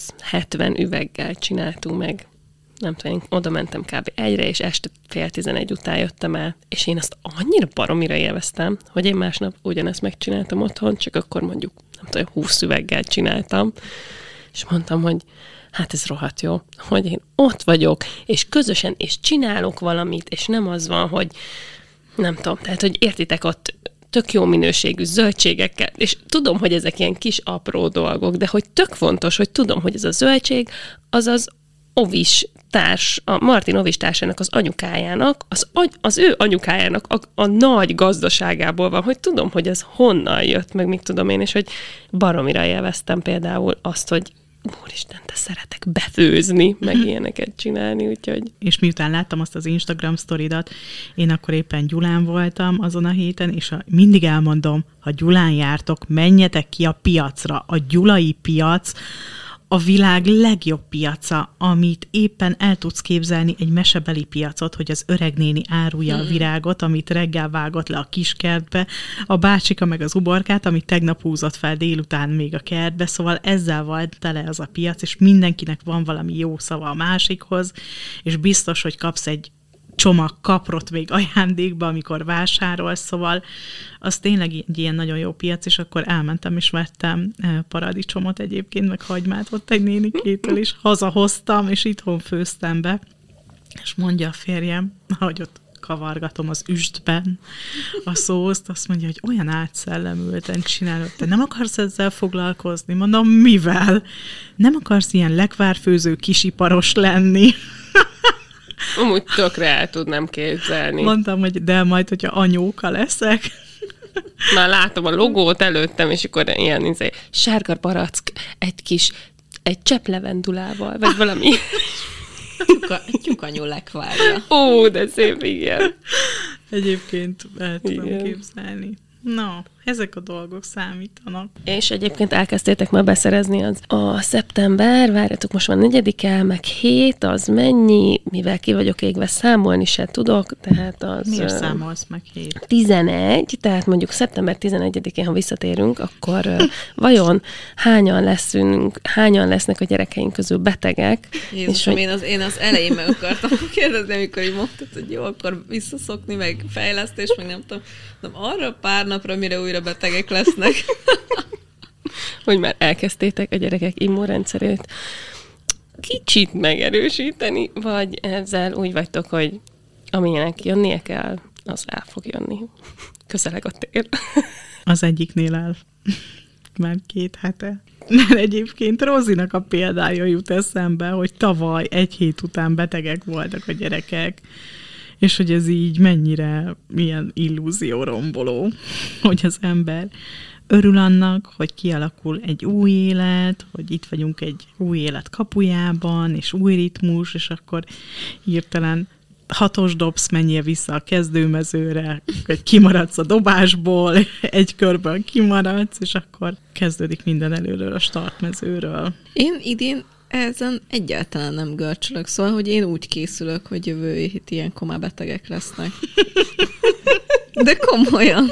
170 üveggel csináltunk meg. Nem tudom, én oda mentem kb. 1-re, és este 10:30 után jöttem el, és én azt annyira baromira élveztem, hogy én másnap ugyanezt megcsináltam otthon, csak akkor mondjuk, nem tudom, 20 üveggel csináltam, és mondtam, hogy hát ez rohadt jó, hogy én ott vagyok, és közösen, és csinálok valamit, és nem az van, hogy nem tudom, tehát, hogy értitek, ott tök jó minőségű zöldségekkel, és tudom, hogy ezek ilyen kis apró dolgok, de hogy tök fontos, hogy tudom, hogy ez a zöldség, az ovis társ, a Martin ovis társának az anyukájának, az ő anyukájának a nagy gazdaságából van, hogy tudom, hogy ez honnan jött, meg mit tudom én, és hogy baromira élveztem például azt, hogy úristen, te szeretek befőzni, meg ilyeneket csinálni, úgyhogy... És miután láttam azt az Instagram sztoridat, én akkor éppen Gyulán voltam azon a héten, és mindig elmondom, ha Gyulán jártok, menjetek ki a piacra. A gyulai piac a világ legjobb piaca, amit éppen el tudsz képzelni, egy mesebeli piacot, hogy az öregnéni árulja a virágot, amit reggel vágott le a kiskertbe, a bácsika meg az uborkát, amit tegnap húzott fel délután még a kertbe, szóval ezzel van tele az a piac, és mindenkinek van valami jó szava a másikhoz, és biztos, hogy kapsz egy csomag kaprot még ajándékba, amikor vásárolsz, szóval az tényleg egy ilyen nagyon jó piac, és akkor elmentem és vettem paradicsomot egyébként, meg hagymát ott egy nénikétől, és hazahoztam, és itthon főztem be, és mondja a férjem, hogy ott kavargatom az üstben a szószt, azt mondja, hogy olyan átszellemülten csinálod. Te nem akarsz ezzel foglalkozni? Mondom, mivel? Nem akarsz ilyen lekvárfőző kisiparos lenni? Amúgy tökre el tudnám képzelni. Mondtam, hogy de majd, hogyha anyóka leszek. Már látom a logót előttem, és akkor ilyen sárga barack, egy csepp levendulával, vagy valami. Tyukanyú lekvárja. Ó, de szép, igen. Egyébként el tudom képzelni. Na, ezek a dolgok számítanak. És egyébként elkezdtétek már beszerezni a szeptember, várjatok, most van 4-e, meg 7, az mennyi, mivel ki vagyok égve, számolni se tudok, tehát az... Miért számolsz meg 7? 11, tehát mondjuk szeptember 11-én, ha visszatérünk, akkor vajon hányan lesznek a gyerekeink közül betegek? Jézusom, és én az elején meg akartam kérdezni, amikor így mondtad, hogy jó, akkor visszaszokni, meg fejlesztés, meg nem tudom, arra pár napra, mire újra betegek lesznek. Hogy már elkezdtétek a gyerekek immunrendszerét kicsit megerősíteni, vagy ezzel úgy vagytok, hogy amilyenek jönnie kell, az el fog jönni. Közeleg a tér. Az egyiknél el. Már 2 hete. Mert egyébként Rózinak a példája jut eszembe, hogy tavaly 1 hét után betegek voltak a gyerekek, és hogy ez így mennyire ilyen illúzióromboló, hogy az ember örül annak, hogy kialakul egy új élet, hogy itt vagyunk egy új élet kapujában, és új ritmus, és akkor hirtelen 6-os dobsz, menjél vissza a kezdőmezőre, hogy kimaradsz a dobásból, egy körben kimaradsz, és akkor kezdődik minden előről a startmezőről. Én idén ezen egyáltalán nem görcsölök, szóval, hogy én úgy készülök, hogy jövő hét ilyenkor már betegek lesznek. De komolyan.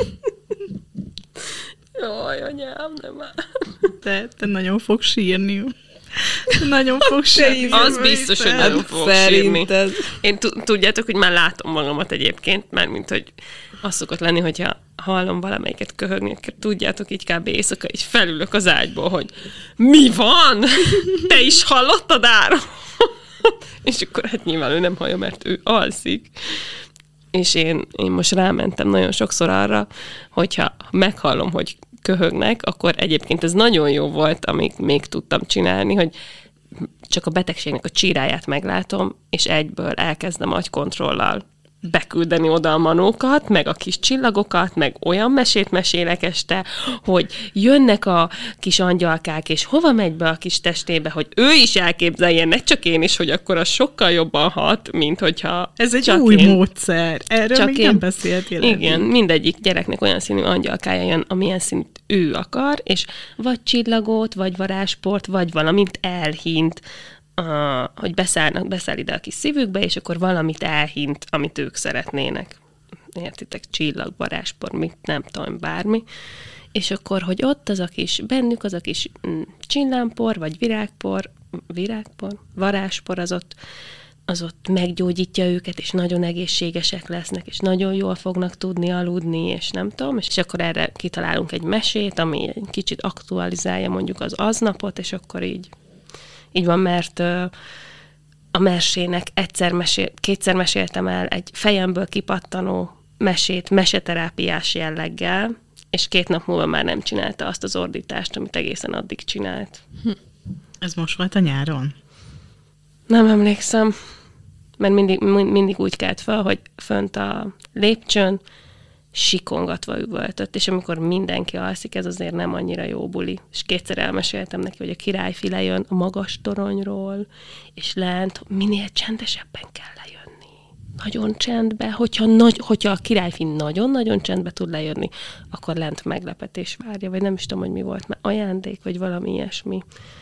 Jaj, anyám, nem már. Te nagyon fog sírni. Nagyon fog sírni. Az biztos, hogy nagyon fog sírni. Én tudjátok, hogy már látom magamat egyébként, már mint hogy az szokott lenni, hogyha hallom valamelyiket köhögni, akkor tudjátok, így kb. Éjszaka így felülök az ágyból, hogy mi van? Te is hallottad, Áron? És akkor hát nyilván ő nem hallja, mert ő alszik. És én most rámentem nagyon sokszor arra, hogyha meghallom, hogy köhögnek, akkor egyébként ez nagyon jó volt, amit még tudtam csinálni, hogy csak a betegségnek a csíráját meglátom, és egyből elkezdem agykontrollal beküldeni oda a manókat, meg a kis csillagokat, meg olyan mesét mesélek este, hogy jönnek a kis angyalkák, és hova megy be a kis testébe, hogy ő is elképzelje, ne csak én is, hogy akkor az sokkal jobban hat, mint hogyha ez egy új módszer. Erről még nem beszéltél. Igen, mindegyik gyereknek olyan színű angyalkája jön, amilyen szint ő akar, és vagy csillagot, vagy varázsport, vagy valamint elhint, hogy beszáll ide a kis szívükbe, és akkor valamit elhint, amit ők szeretnének. Értitek? Csillag, varázspor, mit nem tudom, bármi. És akkor, hogy ott bennük az a kis csillámpor, vagy varázspor, az ott meggyógyítja őket, és nagyon egészségesek lesznek, és nagyon jól fognak tudni aludni, és nem tudom, és akkor erre kitalálunk egy mesét, ami egy kicsit aktualizálja mondjuk az aznapot, és akkor így van, mert a mesének kétszer meséltem el egy fejemből kipattanó mesét, meseterápiás jelleggel, és 2 nap múlva már nem csinálta azt az ordítást, amit egészen addig csinált. Ez most volt a nyáron? Nem emlékszem, mert mindig úgy kelt fel, hogy fönt a lépcsőn sikongatva üvöltött, és amikor mindenki alszik, ez azért nem annyira jó buli. És 2-szer elmeséltem neki, hogy a királyfi lejön a magas toronyról, és lent minél csendesebben kell lejönni. Nagyon csendbe, hogyha a királyfi nagyon-nagyon csendbe tud lejönni, akkor lent meglepetés várja, vagy nem is tudom, hogy mi volt, mert ajándék, vagy valami ilyesmi.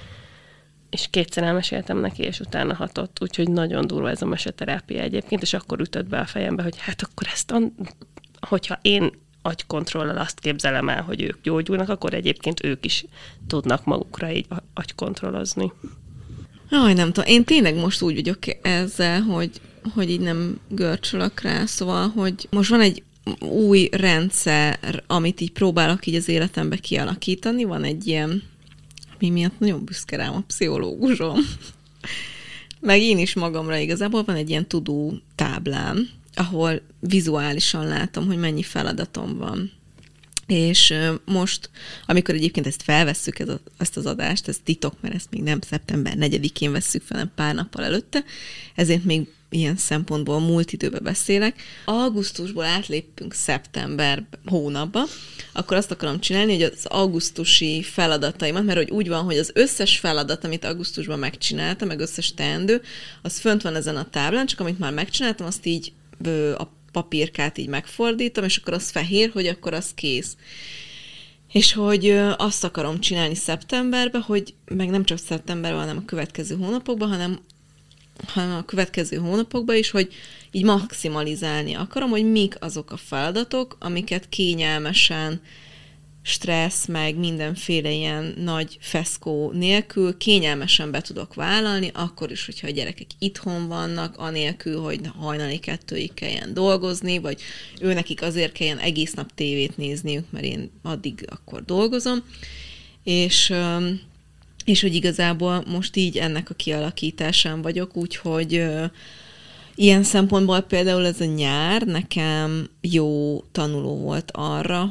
És 2-szer elmeséltem neki, és utána hatott, úgyhogy nagyon durva ez a meseterápia egyébként, és akkor ütött be a fejembe, hogy hát akkor ezt hogyha én agykontrollal azt képzelem el, hogy ők gyógyulnak, akkor egyébként ők is tudnak magukra így agykontrollozni. Nem tudom. Én tényleg most úgy vagyok ezzel, hogy így nem görcsölök rá, szóval, hogy most van egy új rendszer, amit így próbálok így az életembe kialakítani. Van egy ilyen, ami miatt nagyon büszke rám a pszichológusom. Meg én is magamra igazából van egy ilyen tudó táblám, ahol vizuálisan látom, hogy mennyi feladatom van. És most, amikor egyébként ezt felvesszük, ezt az adást, ez titok, mert ezt még nem szeptember 4-én vesszük fel, hanem pár nappal előtte, ezért még ilyen szempontból múlt időbe beszélek. Augusztusból átlépünk szeptember hónapba, akkor azt akarom csinálni, hogy az augusztusi feladataimat, mert hogy úgy van, hogy az összes feladat, amit augusztusban megcsináltam, meg összes teendő, az fönt van ezen a táblán, csak amit már megcsináltam, azt így a papírkát így megfordítom, és akkor az fehér, hogy akkor az kész. És hogy azt akarom csinálni szeptemberben, hogy meg nem csak szeptemberben, hanem a következő hónapokban, hanem a következő hónapokban is, hogy így maximalizálni akarom, hogy mik azok a feladatok, amiket kényelmesen, stressz, meg mindenféle ilyen nagy feszkó nélkül kényelmesen be tudok vállalni, akkor is, hogyha a gyerekek itthon vannak, anélkül, hogy hajnali 2-ig kelljen dolgozni, vagy őnekik azért kelljen egész nap tévét nézniük, mert én addig akkor dolgozom. És hogy igazából most így ennek a kialakításán vagyok, úgyhogy ilyen szempontból például ez a nyár nekem jó tanuló volt arra,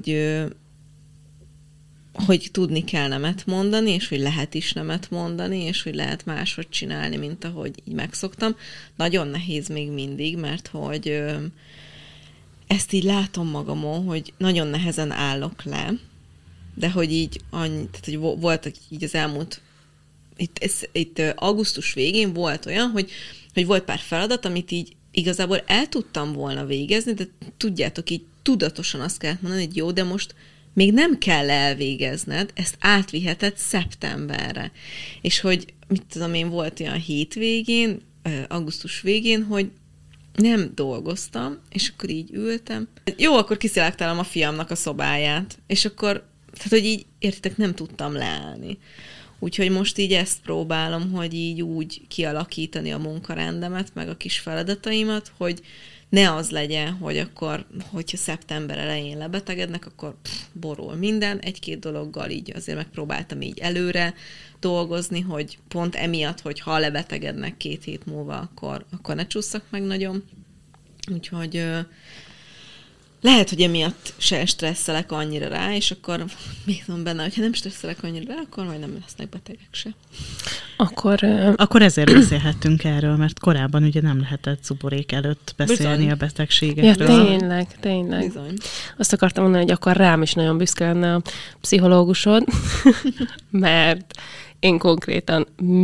hogy tudni kell nemet mondani, és hogy lehet is nemet mondani, és hogy lehet máshogy csinálni, mint ahogy így megszoktam. Nagyon nehéz még mindig, mert hogy ezt így látom magamon, hogy nagyon nehezen állok le, de hogy így tehát hogy voltak így az elmúlt, itt augusztus végén volt olyan, hogy volt pár feladat, amit így igazából el tudtam volna végezni, de tudjátok, így tudatosan azt kellett mondani, hogy jó, de most még nem kell elvégezned, ezt átviheted szeptemberre. És hogy, mit tudom én, volt olyan hétvégén, augusztus végén, hogy nem dolgoztam, és akkor így ültem. Jó, akkor kiszilágtálom a fiamnak a szobáját, és akkor, tehát, hogy így, értitek, nem tudtam leállni. Úgyhogy most így ezt próbálom, hogy így úgy kialakítani a munkarendemet, meg a kis feladataimat, hogy ne az legyen, hogy akkor, hogyha szeptember elején lebetegednek, akkor borul minden. 1-2 dologgal így azért megpróbáltam így előre dolgozni, hogy pont emiatt, hogy ha lebetegednek 2 hét múlva, akkor ne csúszak meg nagyon. Úgyhogy lehet, hogy emiatt se stresszelek annyira rá, és akkor bízom benne, hogyha nem stresszelek annyira rá, akkor majd nem lesznek betegek se. Akkor ezért beszélhettünk erről, mert korábban ugye nem lehetett zuborék előtt beszélni bizony a betegségekről. Ja, tényleg. Bizony. Azt akartam mondani, hogy akkor rám is nagyon büszke lenne a pszichológusod, mert én konkrétan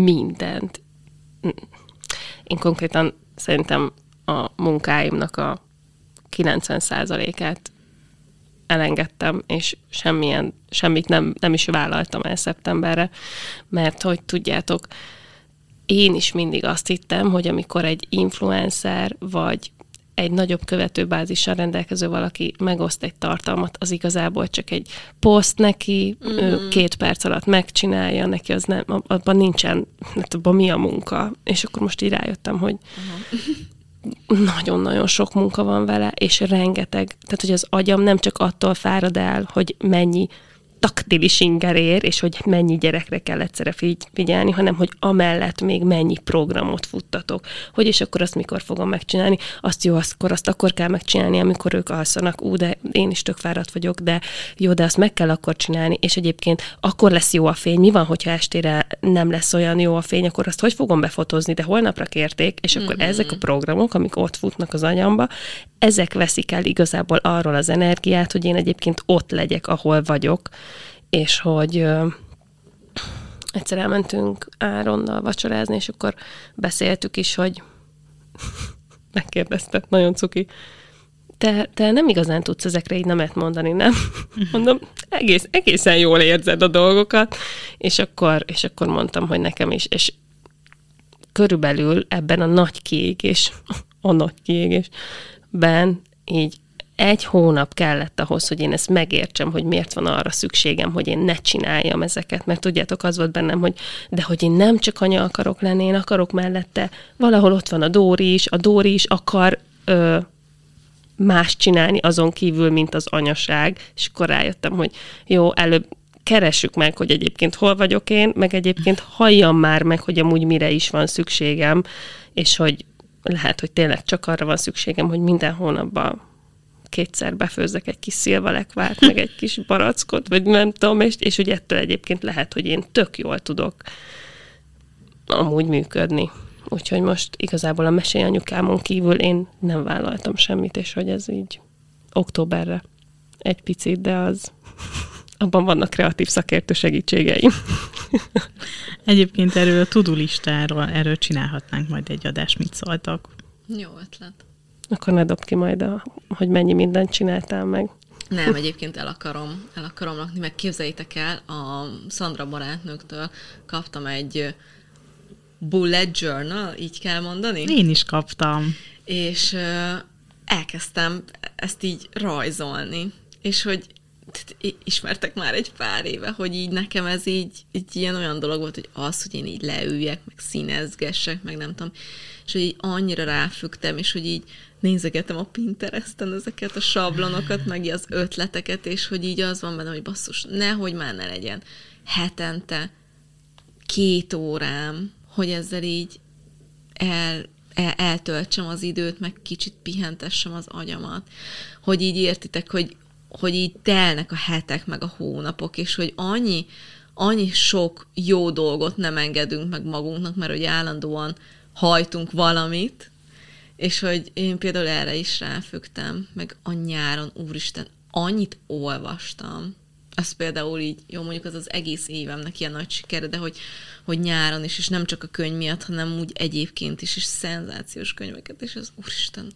mindent, szerintem a munkáimnak a 90%-át elengedtem, és semmit nem is vállaltam el szeptemberre, mert hogy tudjátok, én is mindig azt hittem, hogy amikor egy influencer, vagy egy nagyobb követőbázissal rendelkező valaki megoszt egy tartalmat, az igazából csak egy poszt neki, 2 perc alatt megcsinálja, neki az nem, abban nincsen, abban mi a munka? És akkor most így rájöttem, hogy nagyon-nagyon sok munka van vele, és rengeteg, tehát hogy az agyam nem csak attól fárad el, hogy mennyi taktilis inger ér, és hogy mennyi gyerekre kell egyszerre figyelni, hanem hogy amellett még mennyi programot futtatok. Hogy és akkor azt mikor fogom megcsinálni, azt akkor kell megcsinálni, amikor ők alszanak, de én is tök fáradt vagyok, de jó, de azt meg kell akkor csinálni, és egyébként akkor lesz jó a fény. Mi van, hogyha estére nem lesz olyan jó a fény, akkor azt hogy fogom befotózni, de holnapra kérték, és akkor ezek a programok, amik ott futnak az agyamba, ezek veszik el igazából arról az energiát, hogy én egyébként ott legyek, ahol vagyok, és hogy egyszer elmentünk Áronnal vacsorázni, és akkor beszéltük is, hogy megkérdezte, nagyon cuki, te nem igazán tudsz ezekre így nemet mondani, nem? Mondom, egészen jól érzed a dolgokat, és akkor mondtam, hogy nekem is, és körülbelül ebben a nagy kiégésben így 1 hónap kellett ahhoz, hogy én ezt megértsem, hogy miért van arra szükségem, hogy én ne csináljam ezeket, mert tudjátok, az volt bennem, hogy én nem csak anya akarok lenni, én akarok mellette, valahol ott van a Dóri is akar más csinálni azon kívül, mint az anyaság, és akkor rájöttem, hogy jó, előbb keressük meg, hogy egyébként hol vagyok én, meg egyébként halljam már meg, hogy amúgy mire is van szükségem, és lehet, hogy tényleg csak arra van szükségem, hogy minden hónapban 2-szer befőzzek egy kis szilvalekvárt, meg egy kis barackot, vagy nem tudom, és hogy ettől egyébként lehet, hogy én tök jól tudok amúgy működni. Úgyhogy most igazából a mesélyanyukámon kívül én nem vállaltam semmit, és hogy ez így októberre egy picit, de az abban vannak kreatív szakértő segítségeim. Egyébként erről a to-do listáról, erről csinálhatnánk majd egy adást, mit szóltak. Jó ötlet. Akkor ne dobd ki majd, hogy mennyi mindent csináltál meg. Nem, egyébként el akarom lakni, meg képzeljétek el, a Szandra barátnőktől kaptam egy bullet journal, így kell mondani? Én is kaptam. És elkezdtem ezt így rajzolni, és hogy ismertek már egy pár éve, hogy így nekem ez így ilyen olyan dolog volt, hogy az, hogy én így leüljek, meg színezgessek, meg nem tudom, és hogy így annyira ráfügtem, és hogy így nézegetem a Pinteresten ezeket a sablonokat, meg az ötleteket, és hogy így az van benne, hogy basszus, nehogy már ne legyen hetente 2 órám, hogy ezzel így eltöltsem az időt, meg kicsit pihentessem az agyamat. Hogy így értitek, hogy így telnek a hetek, meg a hónapok, és hogy annyi sok jó dolgot nem engedünk meg magunknak, mert hogy állandóan hajtunk valamit, és hogy én például erre is ráfügtem, meg a nyáron, úristen, annyit olvastam, az például így, jó, mondjuk az egész évemnek ilyen nagy sikere, de hogy nyáron is, és nem csak a könyv miatt, hanem úgy egyébként is, és szenzációs könyveket, és az úristen,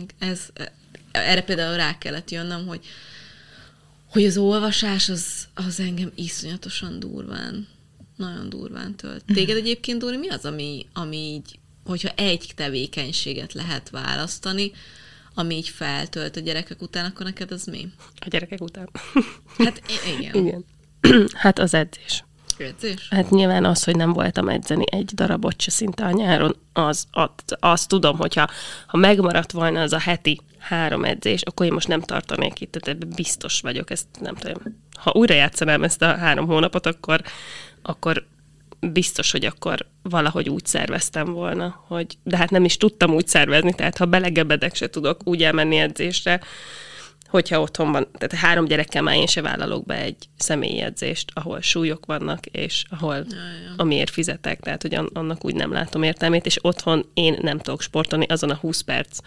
erre például rá kellett jönnöm, hogy az olvasás az engem iszonyatosan durván, nagyon durván tölt. Téged egyébként, Dóri, mi az, ami így, hogyha egy tevékenységet lehet választani, ami így feltölt a gyerekek után, akkor neked az mi? A gyerekek után? Hát igen. Hát az edzés. Edzés? Hát nyilván az, hogy nem voltam edzeni egy darabot se szinte a nyáron, azt tudom, hogyha megmaradt volna az a heti 3 edzés, akkor én most nem tartanék itt, tehát ebben biztos vagyok, ezt nem tudom. Ha újra játszanám ezt a 3 hónapot, akkor biztos, hogy akkor valahogy úgy szerveztem volna, de hát nem is tudtam úgy szervezni, tehát ha belegebedek, se tudok úgy elmenni edzésre, hogyha otthon van, tehát 3 gyerekkel már én se vállalok be egy személyi edzést, ahol súlyok vannak, és ahol amiért fizetek, tehát hogy annak úgy nem látom értelmét, és otthon én nem tudok sportolni azon a 20 perc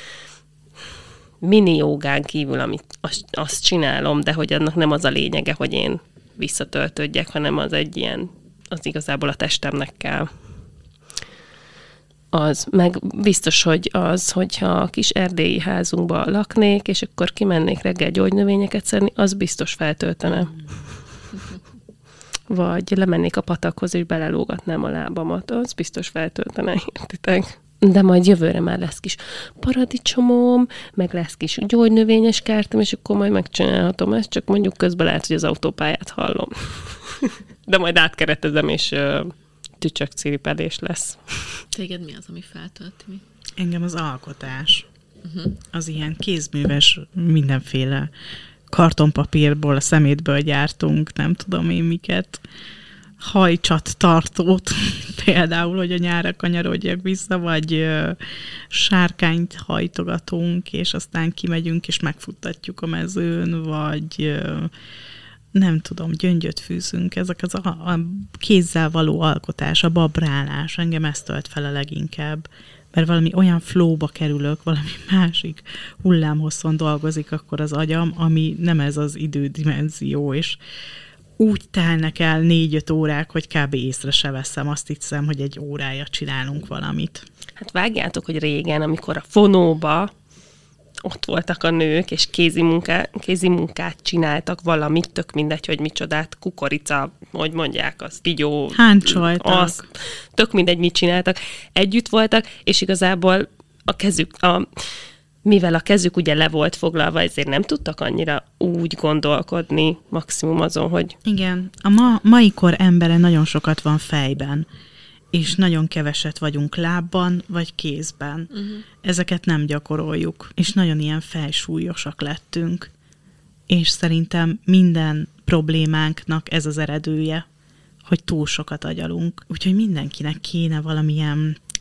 mini jogán kívül, amit azt csinálom, de hogy annak nem az a lényege, hogy én visszatöltődjek, hanem az egy ilyen, az igazából a testemnek kell. Az, meg biztos, hogy az, hogyha a kis erdélyi házunkba laknék, és akkor kimennék reggel gyógynövényeket szedni, az biztos feltöltene. Vagy lemennék a patakhoz, és belelógatnám a lábamat, az biztos feltöltene, értitek? De majd jövőre már lesz kis paradicsomom, meg lesz kis gyógynövényes kertem, és akkor majd megcsinálhatom ezt, csak mondjuk közben lehet, hogy az autópályát hallom. De majd átkeretezem, és tücsök ciripedés lesz. Téged mi az, ami feltölti? Mi? Engem az alkotás. Az ilyen kézműves mindenféle kartonpapírból, a szemétből gyártunk, nem tudom én miket, hajcsattartót, például, hogy a nyárra kanyarodjak vissza, vagy sárkányt hajtogatunk, és aztán kimegyünk, és megfuttatjuk a mezőn, vagy nem tudom, gyöngyöt fűzünk. Ezek az a kézzel való alkotás, a babrálás, engem ezt tölt fel a leginkább, mert valami olyan flowba kerülök, valami másik hullámhosszon dolgozik akkor az agyam, ami nem ez az idődimenzió, és úgy telnek el 4-5 órák, hogy kb. Észre se veszem. Azt hiszem, hogy 1 órája csinálunk valamit. Hát vágjátok, hogy régen, amikor a fonóba ott voltak a nők, és kézi munkát csináltak valamit, tök mindegy, hogy micsodát, kukorica, hogy mondják, az kigyó. Háncsoltak. Tök mindegy, mit csináltak. Együtt voltak, és igazából mivel a kezük ugye le volt foglalva, ezért nem tudtak annyira úgy gondolkodni, maximum azon, hogy... Igen, a mai kor embere nagyon sokat van fejben, és nagyon keveset vagyunk lábban, vagy kézben. Ezeket nem gyakoroljuk, és nagyon ilyen fejsúlyosak lettünk. És szerintem minden problémánknak ez az eredője, hogy túl sokat agyalunk. Úgyhogy mindenkinek kéne valamilyen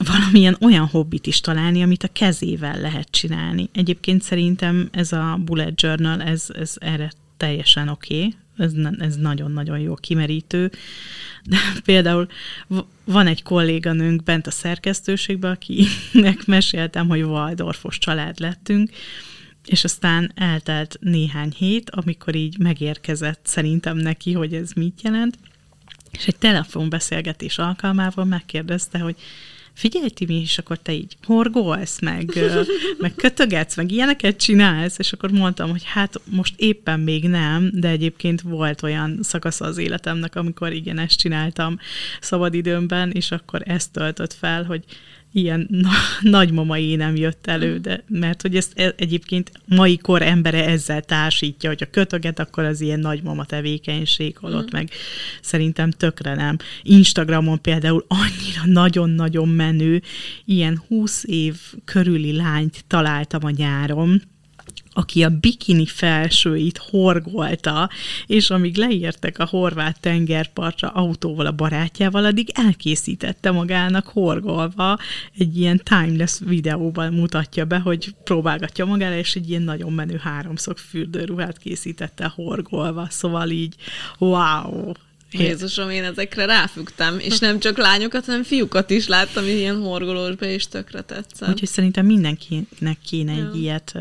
valamilyen olyan hobbit is találni, amit a kezével lehet csinálni. Egyébként szerintem ez a bullet journal, ez erre teljesen oké. Ez nagyon-nagyon jó kimerítő. De például van egy kolléganőnk bent a szerkesztőségben, akinek meséltem, hogy waldorfos család lettünk, és aztán eltelt néhány hét, amikor így megérkezett szerintem neki, hogy ez mit jelent, és egy telefonbeszélgetés alkalmával megkérdezte, hogy figyelj, Timi, és akkor te így horgolsz, meg kötögetsz, meg ilyeneket csinálsz, és akkor mondtam, hogy hát most éppen még nem, de egyébként volt olyan szakasza az életemnek, amikor igen, ezt csináltam szabadidőmben, és akkor ezt töltött fel, hogy ilyen nagymamai nem jött elő, de mert hogy ezt egyébként mai kor embere ezzel társítja, hogy a kötöget, akkor az ilyen nagymama tevékenység, holott meg szerintem tökre nem. Instagramon például annyira nagyon-nagyon menő, ilyen 20 év körüli lányt találtam a nyáron, aki a bikini felsőit horgolta, és amíg leértek a horvát tengerpartra autóval a barátjával, addig elkészítette magának horgolva, egy ilyen timeless videóban mutatja be, hogy próbálgatja magára, és egy ilyen nagyon menő 3-szög fürdőruhát készítette horgolva, szóval így wow! Jézusom, én ezekre ráfügtem, és nem csak lányokat, hanem fiúkat is láttam ilyen horgolósba, és tökre tetszett. Úgyhogy szerintem mindenkinek kéne egy ilyet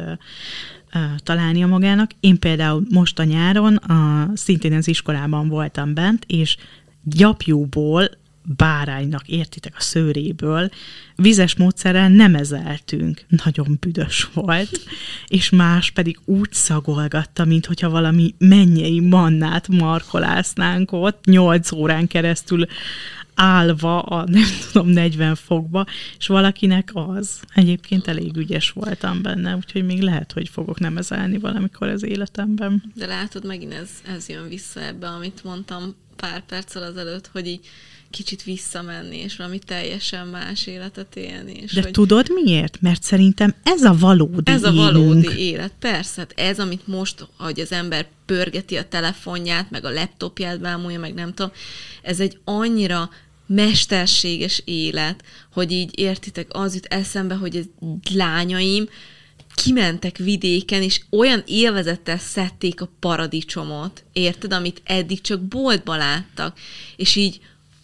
találnia magának. Én például most a nyáron szintén az iskolában voltam bent, és gyapjúból, báránynak, értitek, a szőréből vizes módszerrel nemezeltünk. Nagyon büdös volt, és más pedig úgy szagolgatta, mint hogyha valami mennyei mannát markolásznánk ott 8 órán keresztül állva a, nem tudom, 40 fokba, és valakinek az. Egyébként elég ügyes voltam benne, úgyhogy még lehet, hogy fogok nemezelni valamikor az életemben. De látod, megint ez jön vissza ebbe, amit mondtam pár perccel azelőtt, hogy így kicsit visszamenni, és valami teljesen más életet élni. És de hogy tudod miért? Mert szerintem ez a valódi Ez a valódi élet, persze. Ez, amit most, hogy az ember pörgeti a telefonját, meg a laptopját bámulja, meg nem tudom, ez egy annyira mesterséges élet, hogy így értitek, az jut eszembe, hogy a lányaim kimentek vidéken, és olyan élvezettel szedték a paradicsomot, érted, amit eddig csak boltban láttak, és így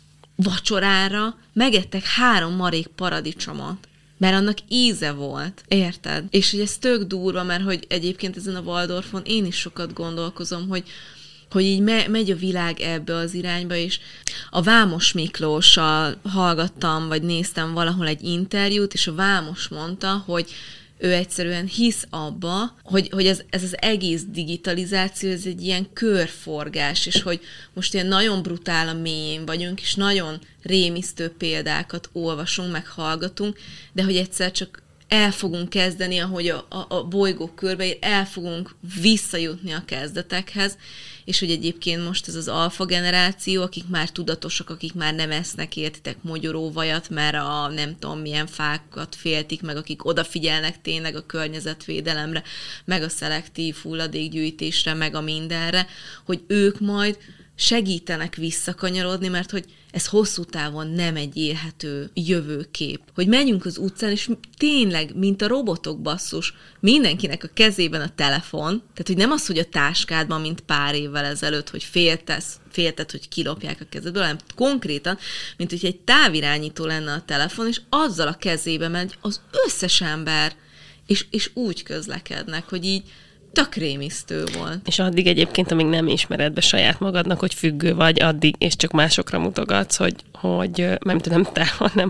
vacsorára megettek 3 marék paradicsomot, mert annak íze volt, érted? És hogy ez tök durva, mert hogy egyébként ezen a Waldorfon én is sokat gondolkozom, hogy így megy a világ ebbe az irányba, és a Vámos Miklóssal hallgattam, vagy néztem valahol egy interjút, és a Vámos mondta, hogy ő egyszerűen hisz abba, hogy ez az egész digitalizáció, ez egy ilyen körforgás, és hogy most ilyen nagyon brutál a mélyén vagyunk, és nagyon rémisztő példákat olvasunk, meg hallgatunk, de hogy egyszer csak el fogunk kezdeni, ahogy a bolygó körbeér, el fogunk visszajutni a kezdetekhez, és hogy egyébként most ez az alfa generáció, akik már tudatosak, akik már nem esznek, értitek, mogyoróvajat, mert a nem tudom milyen fákat féltik meg, akik odafigyelnek tényleg a környezetvédelemre, meg a szelektív hulladékgyűjtésre, meg a mindenre, hogy ők majd segítenek visszakanyarodni, mert hogy ez hosszú távon nem egy élhető jövőkép. Hogy menjünk az utcán, és tényleg, mint a robotok, basszus, mindenkinek a kezében a telefon, tehát hogy nem az, hogy a táskádban, mint pár évvel ezelőtt, hogy félted, hogy kilopják a kezedből, hanem konkrétan, mint hogy egy távirányító lenne a telefon, és azzal a kezébe megy az összes ember, és úgy közlekednek, hogy így tök rémisztő volt. És addig egyébként, amíg nem ismered be saját magadnak, hogy függő vagy, addig, és csak másokra mutogatsz, hogy nem tudom te, hanem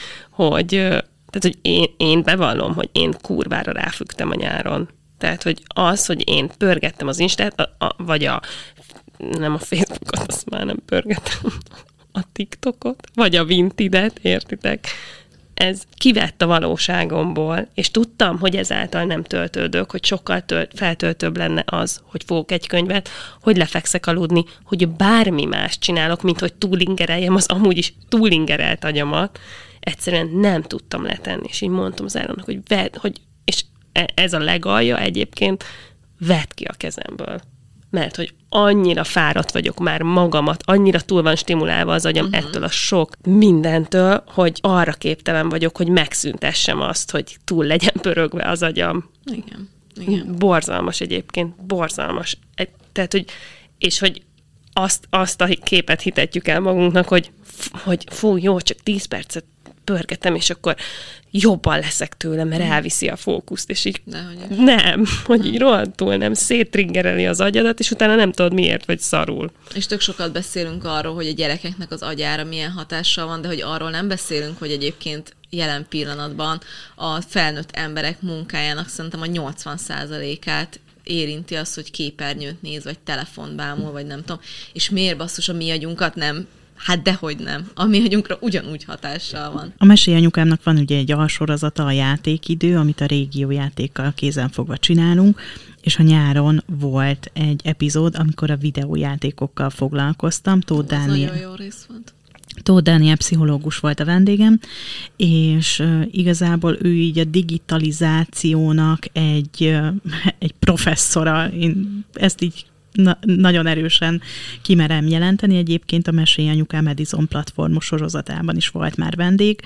tehát, hogy én bevallom, hogy én kurvára ráfüggtem a nyáron. Tehát, hogy az, hogy én pörgettem az Instát, vagy nem a Facebookot, azt már nem pörgettem, a TikTokot, vagy a Vintidet, értitek? Ez kivett a valóságomból, és tudtam, hogy ezáltal nem töltődök, hogy sokkal feltöltőbb lenne az, hogy fogok egy könyvet, hogy lefekszek aludni, hogy bármi más csinálok, mint hogy túlingereljem az amúgy is túlingerelt agyamat. Egyszerűen nem tudtam letenni, és így mondtam az Áronnak, hogy és ez a legalja egyébként, vedd ki a kezemből. mert hogy annyira fáradt vagyok már magamat, annyira túl van stimulálva az agyam ettől a sok mindentől, hogy arra képtelen vagyok, hogy megszüntessem azt, hogy túl legyen pörögve az agyam. Igen. Borzalmas egyébként, borzalmas. Tehát, hogy azt a képet hitetjük el magunknak, hogy fú, jó, csak 10 percet pörgetem, és akkor jobban leszek tőle, mert elviszi a fókuszt, és így nem, hogy így rohadtul nem, széttriggereli az agyadat, és utána nem tudod miért, vagy szarul. És tök sokat beszélünk arról, hogy a gyerekeknek az agyára milyen hatással van, de hogy arról nem beszélünk, hogy egyébként jelen pillanatban a felnőtt emberek munkájának szerintem a 80%-át érinti az, hogy képernyőt néz, vagy telefont bámul, vagy nem tudom. És miért basszus a mi agyunkat nem? Hát dehogy nem. A mi agyunkra ugyanúgy hatással van. A Mesélj anyukámnak van ugye egy alsorozata, a Játékidő, amit a régiójátékkal kézenfogva csinálunk, és a nyáron volt egy epizód, amikor a videójátékokkal foglalkoztam. Nagyon jó rész volt. Tóth Dániel pszichológus volt a vendégem, és igazából ő így a digitalizációnak egy professzora. Én ezt így nagyon erősen kimerem jelenteni. Egyébként a Mesélj anyukám Edison platformos sorozatában is volt már vendég.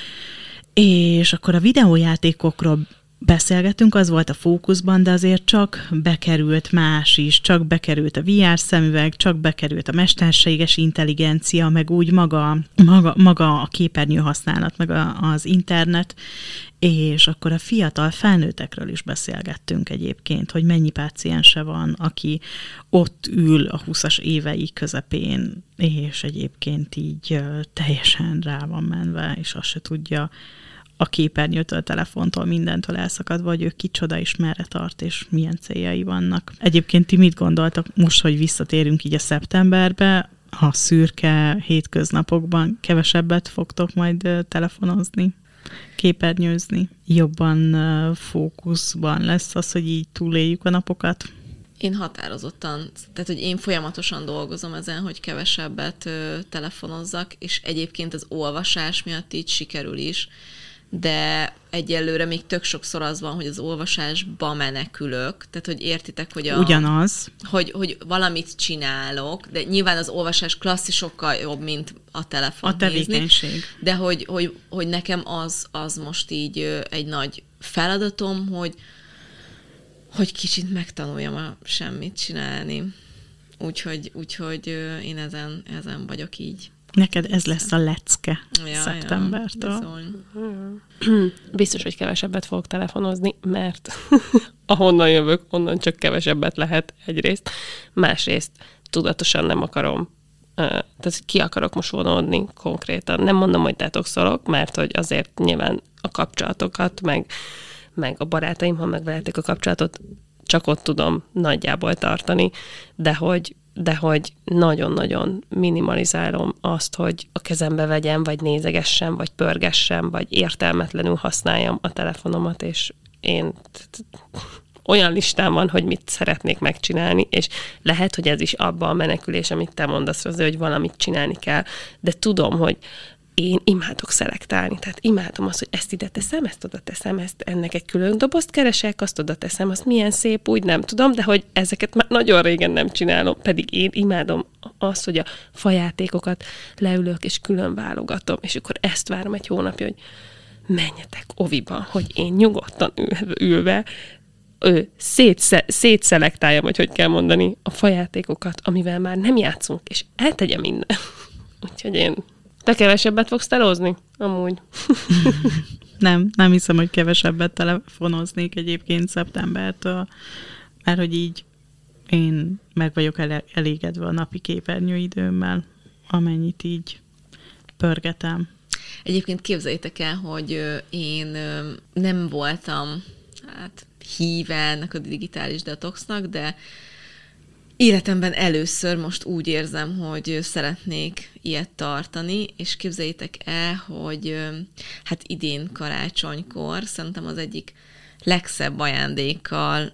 És akkor a videójátékokról beszélgettünk, az volt a fókuszban, de azért csak bekerült más is, csak bekerült a VR szemüveg, csak bekerült a mesterséges intelligencia, meg úgy maga a képernyő használat, meg az internet, és akkor a fiatal felnőttekről is beszélgettünk egyébként, hogy mennyi páciense van, aki ott ül a 20-as évei közepén, és egyébként így teljesen rá van menve, és azt se tudja a képernyőtől, telefontól, mindentől elszakadva, hogy ő kicsoda és merre tart, és milyen céljai vannak. Egyébként ti mit gondoltak most, hogy visszatérünk így a szeptemberbe, a szürke hétköznapokban kevesebbet fogtok majd telefonozni, képernyőzni? Jobban fókuszban lesz az, hogy így túléljük a napokat? Én határozottan, tehát hogy én folyamatosan dolgozom ezen, hogy kevesebbet telefonozzak, és egyébként az olvasás miatt így sikerül is, de egyelőre még tök sokszor az van, hogy az olvasásba menekülök, tehát hogy értitek, hogy ugyanaz. Hogy valamit csinálok, de nyilván az olvasás klasszisokkal jobb, mint a telefon a tevékenység. nézni, de hogy nekem az most így egy nagy feladatom, hogy kicsit megtanuljam a semmit csinálni. Úgyhogy én ezen vagyok így. Neked ez lesz a lecke szeptembertől. Biztos, hogy kevesebbet fogok telefonozni, mert ahonnan jövök, onnan csak kevesebbet lehet egyrészt. Másrészt tudatosan nem akarom, tehát ki akarok most vonódni konkrétan. Nem mondom, hogy detoxolok, mert hogy azért nyilván a kapcsolatokat, meg a barátaim, ha megveletek a kapcsolatot, csak ott tudom nagyjából tartani, de hogy nagyon-nagyon minimalizálom azt, hogy a kezembe vegyem, vagy nézegessem, vagy pörgessem, vagy értelmetlenül használjam a telefonomat, és én olyan listám van, hogy mit szeretnék megcsinálni, és lehet, hogy ez is abban a menekülés, amit te mondasz, az, hogy valamit csinálni kell, de tudom, hogy én imádok szelektálni, tehát imádom azt, hogy ezt ide teszem, ezt oda teszem, ennek egy külön dobozt keresek, azt oda teszem, azt milyen szép, úgy nem tudom, de hogy ezeket már nagyon régen nem csinálom, pedig én imádom azt, hogy a fajátékokat leülök és külön válogatom, és akkor ezt várom egy hónapja, hogy menjetek oviba, hogy én nyugodtan ülve szétszelektálja, vagy hogy kell mondani, a fajátékokat, amivel már nem játszunk, és eltegyem minden. Úgyhogy én... Te kevesebbet fogsz telózni? Amúgy. Nem hiszem, hogy kevesebbet telefonoznék egyébként szeptembertől, mert hogy így én meg vagyok elégedve a napi képernyőidőmmel, amennyit így pörgetem. Egyébként képzeljétek el, hogy én nem voltam híve ennek a digitális detoxnak, de életemben először most úgy érzem, hogy szeretnék ilyet tartani, és képzeljétek el, hogy hát idén karácsonykor szerintem az egyik legszebb ajándékkal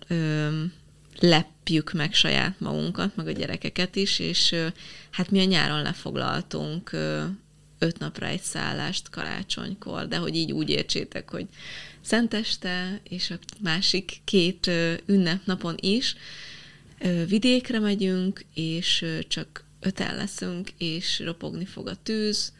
lepjük meg saját magunkat, meg a gyerekeket is, és hát mi a nyáron lefoglaltunk 5 napra egy szállást karácsonykor, de hogy így úgy értsétek, hogy Szenteste és a másik 2 ünnepnapon is, vidékre megyünk, és csak 5-en leszünk, és ropogni fog a tűz,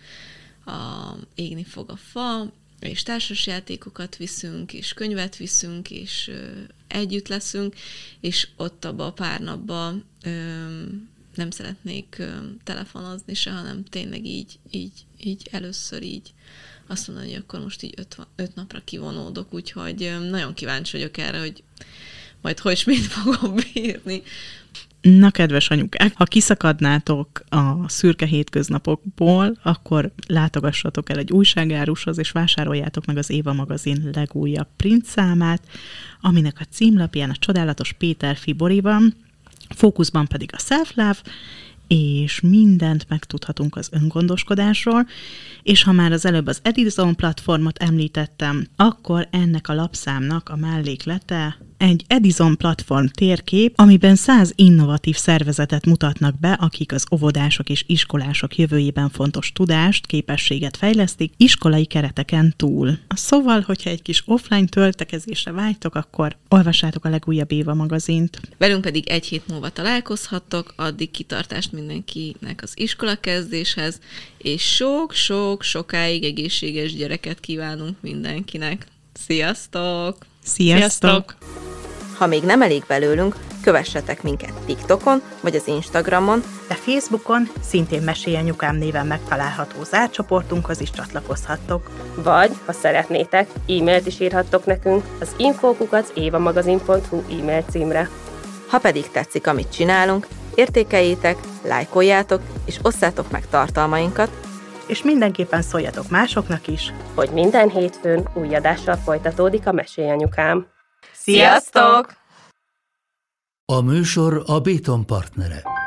égni fog a fa, és társasjátékokat viszünk, és könyvet viszünk, és együtt leszünk, és ott abban a pár napban nem szeretnék telefonozni se, hanem tényleg így először így azt mondani, hogy akkor most így 5 napra kivonódok, úgyhogy nagyon kíváncsi vagyok erre, hogy majd hogy fogom bírni. Na, kedves anyukák, ha kiszakadnátok a szürke hétköznapokból, akkor látogassatok el egy újságárushoz, és vásároljátok meg az Éva magazin legújabb print számát, aminek a címlapján a csodálatos Péter Fibori van, fókuszban pedig a self-love, és mindent megtudhatunk az öngondoskodásról, és ha már az előbb az Edison platformot említettem, akkor ennek a lapszámnak a melléklete egy Edison platform térkép, amiben 100 innovatív szervezetet mutatnak be, akik az óvodások és iskolások jövőjében fontos tudást, képességet fejlesztik iskolai kereteken túl. Szóval, hogyha egy kis offline töltekezésre vágytok, akkor olvassátok a legújabb Éva magazint. Velünk pedig 1 hét múlva találkozhattok, addig kitartást mindenkinek az iskolakezdéshez, és sokáig egészséges gyereket kívánunk mindenkinek. Sziasztok! Sziasztok! Ha még nem elég belőlünk, kövessetek minket TikTokon vagy az Instagramon, de Facebookon szintén Mesélj Anyukám néven megtalálható zárt csoportunkhoz is csatlakozhattok. Vagy, ha szeretnétek, e-mailt is írhattok nekünk az info@évamagazin.hu e-mail címre. Ha pedig tetszik, amit csinálunk, értékeljétek, lájkoljátok és osszátok meg tartalmainkat, és mindenképpen szóljatok másoknak is, hogy minden hétfőn új adással folytatódik a Mesélj Anyukám. Sziasztok! A műsor a Béton partnere.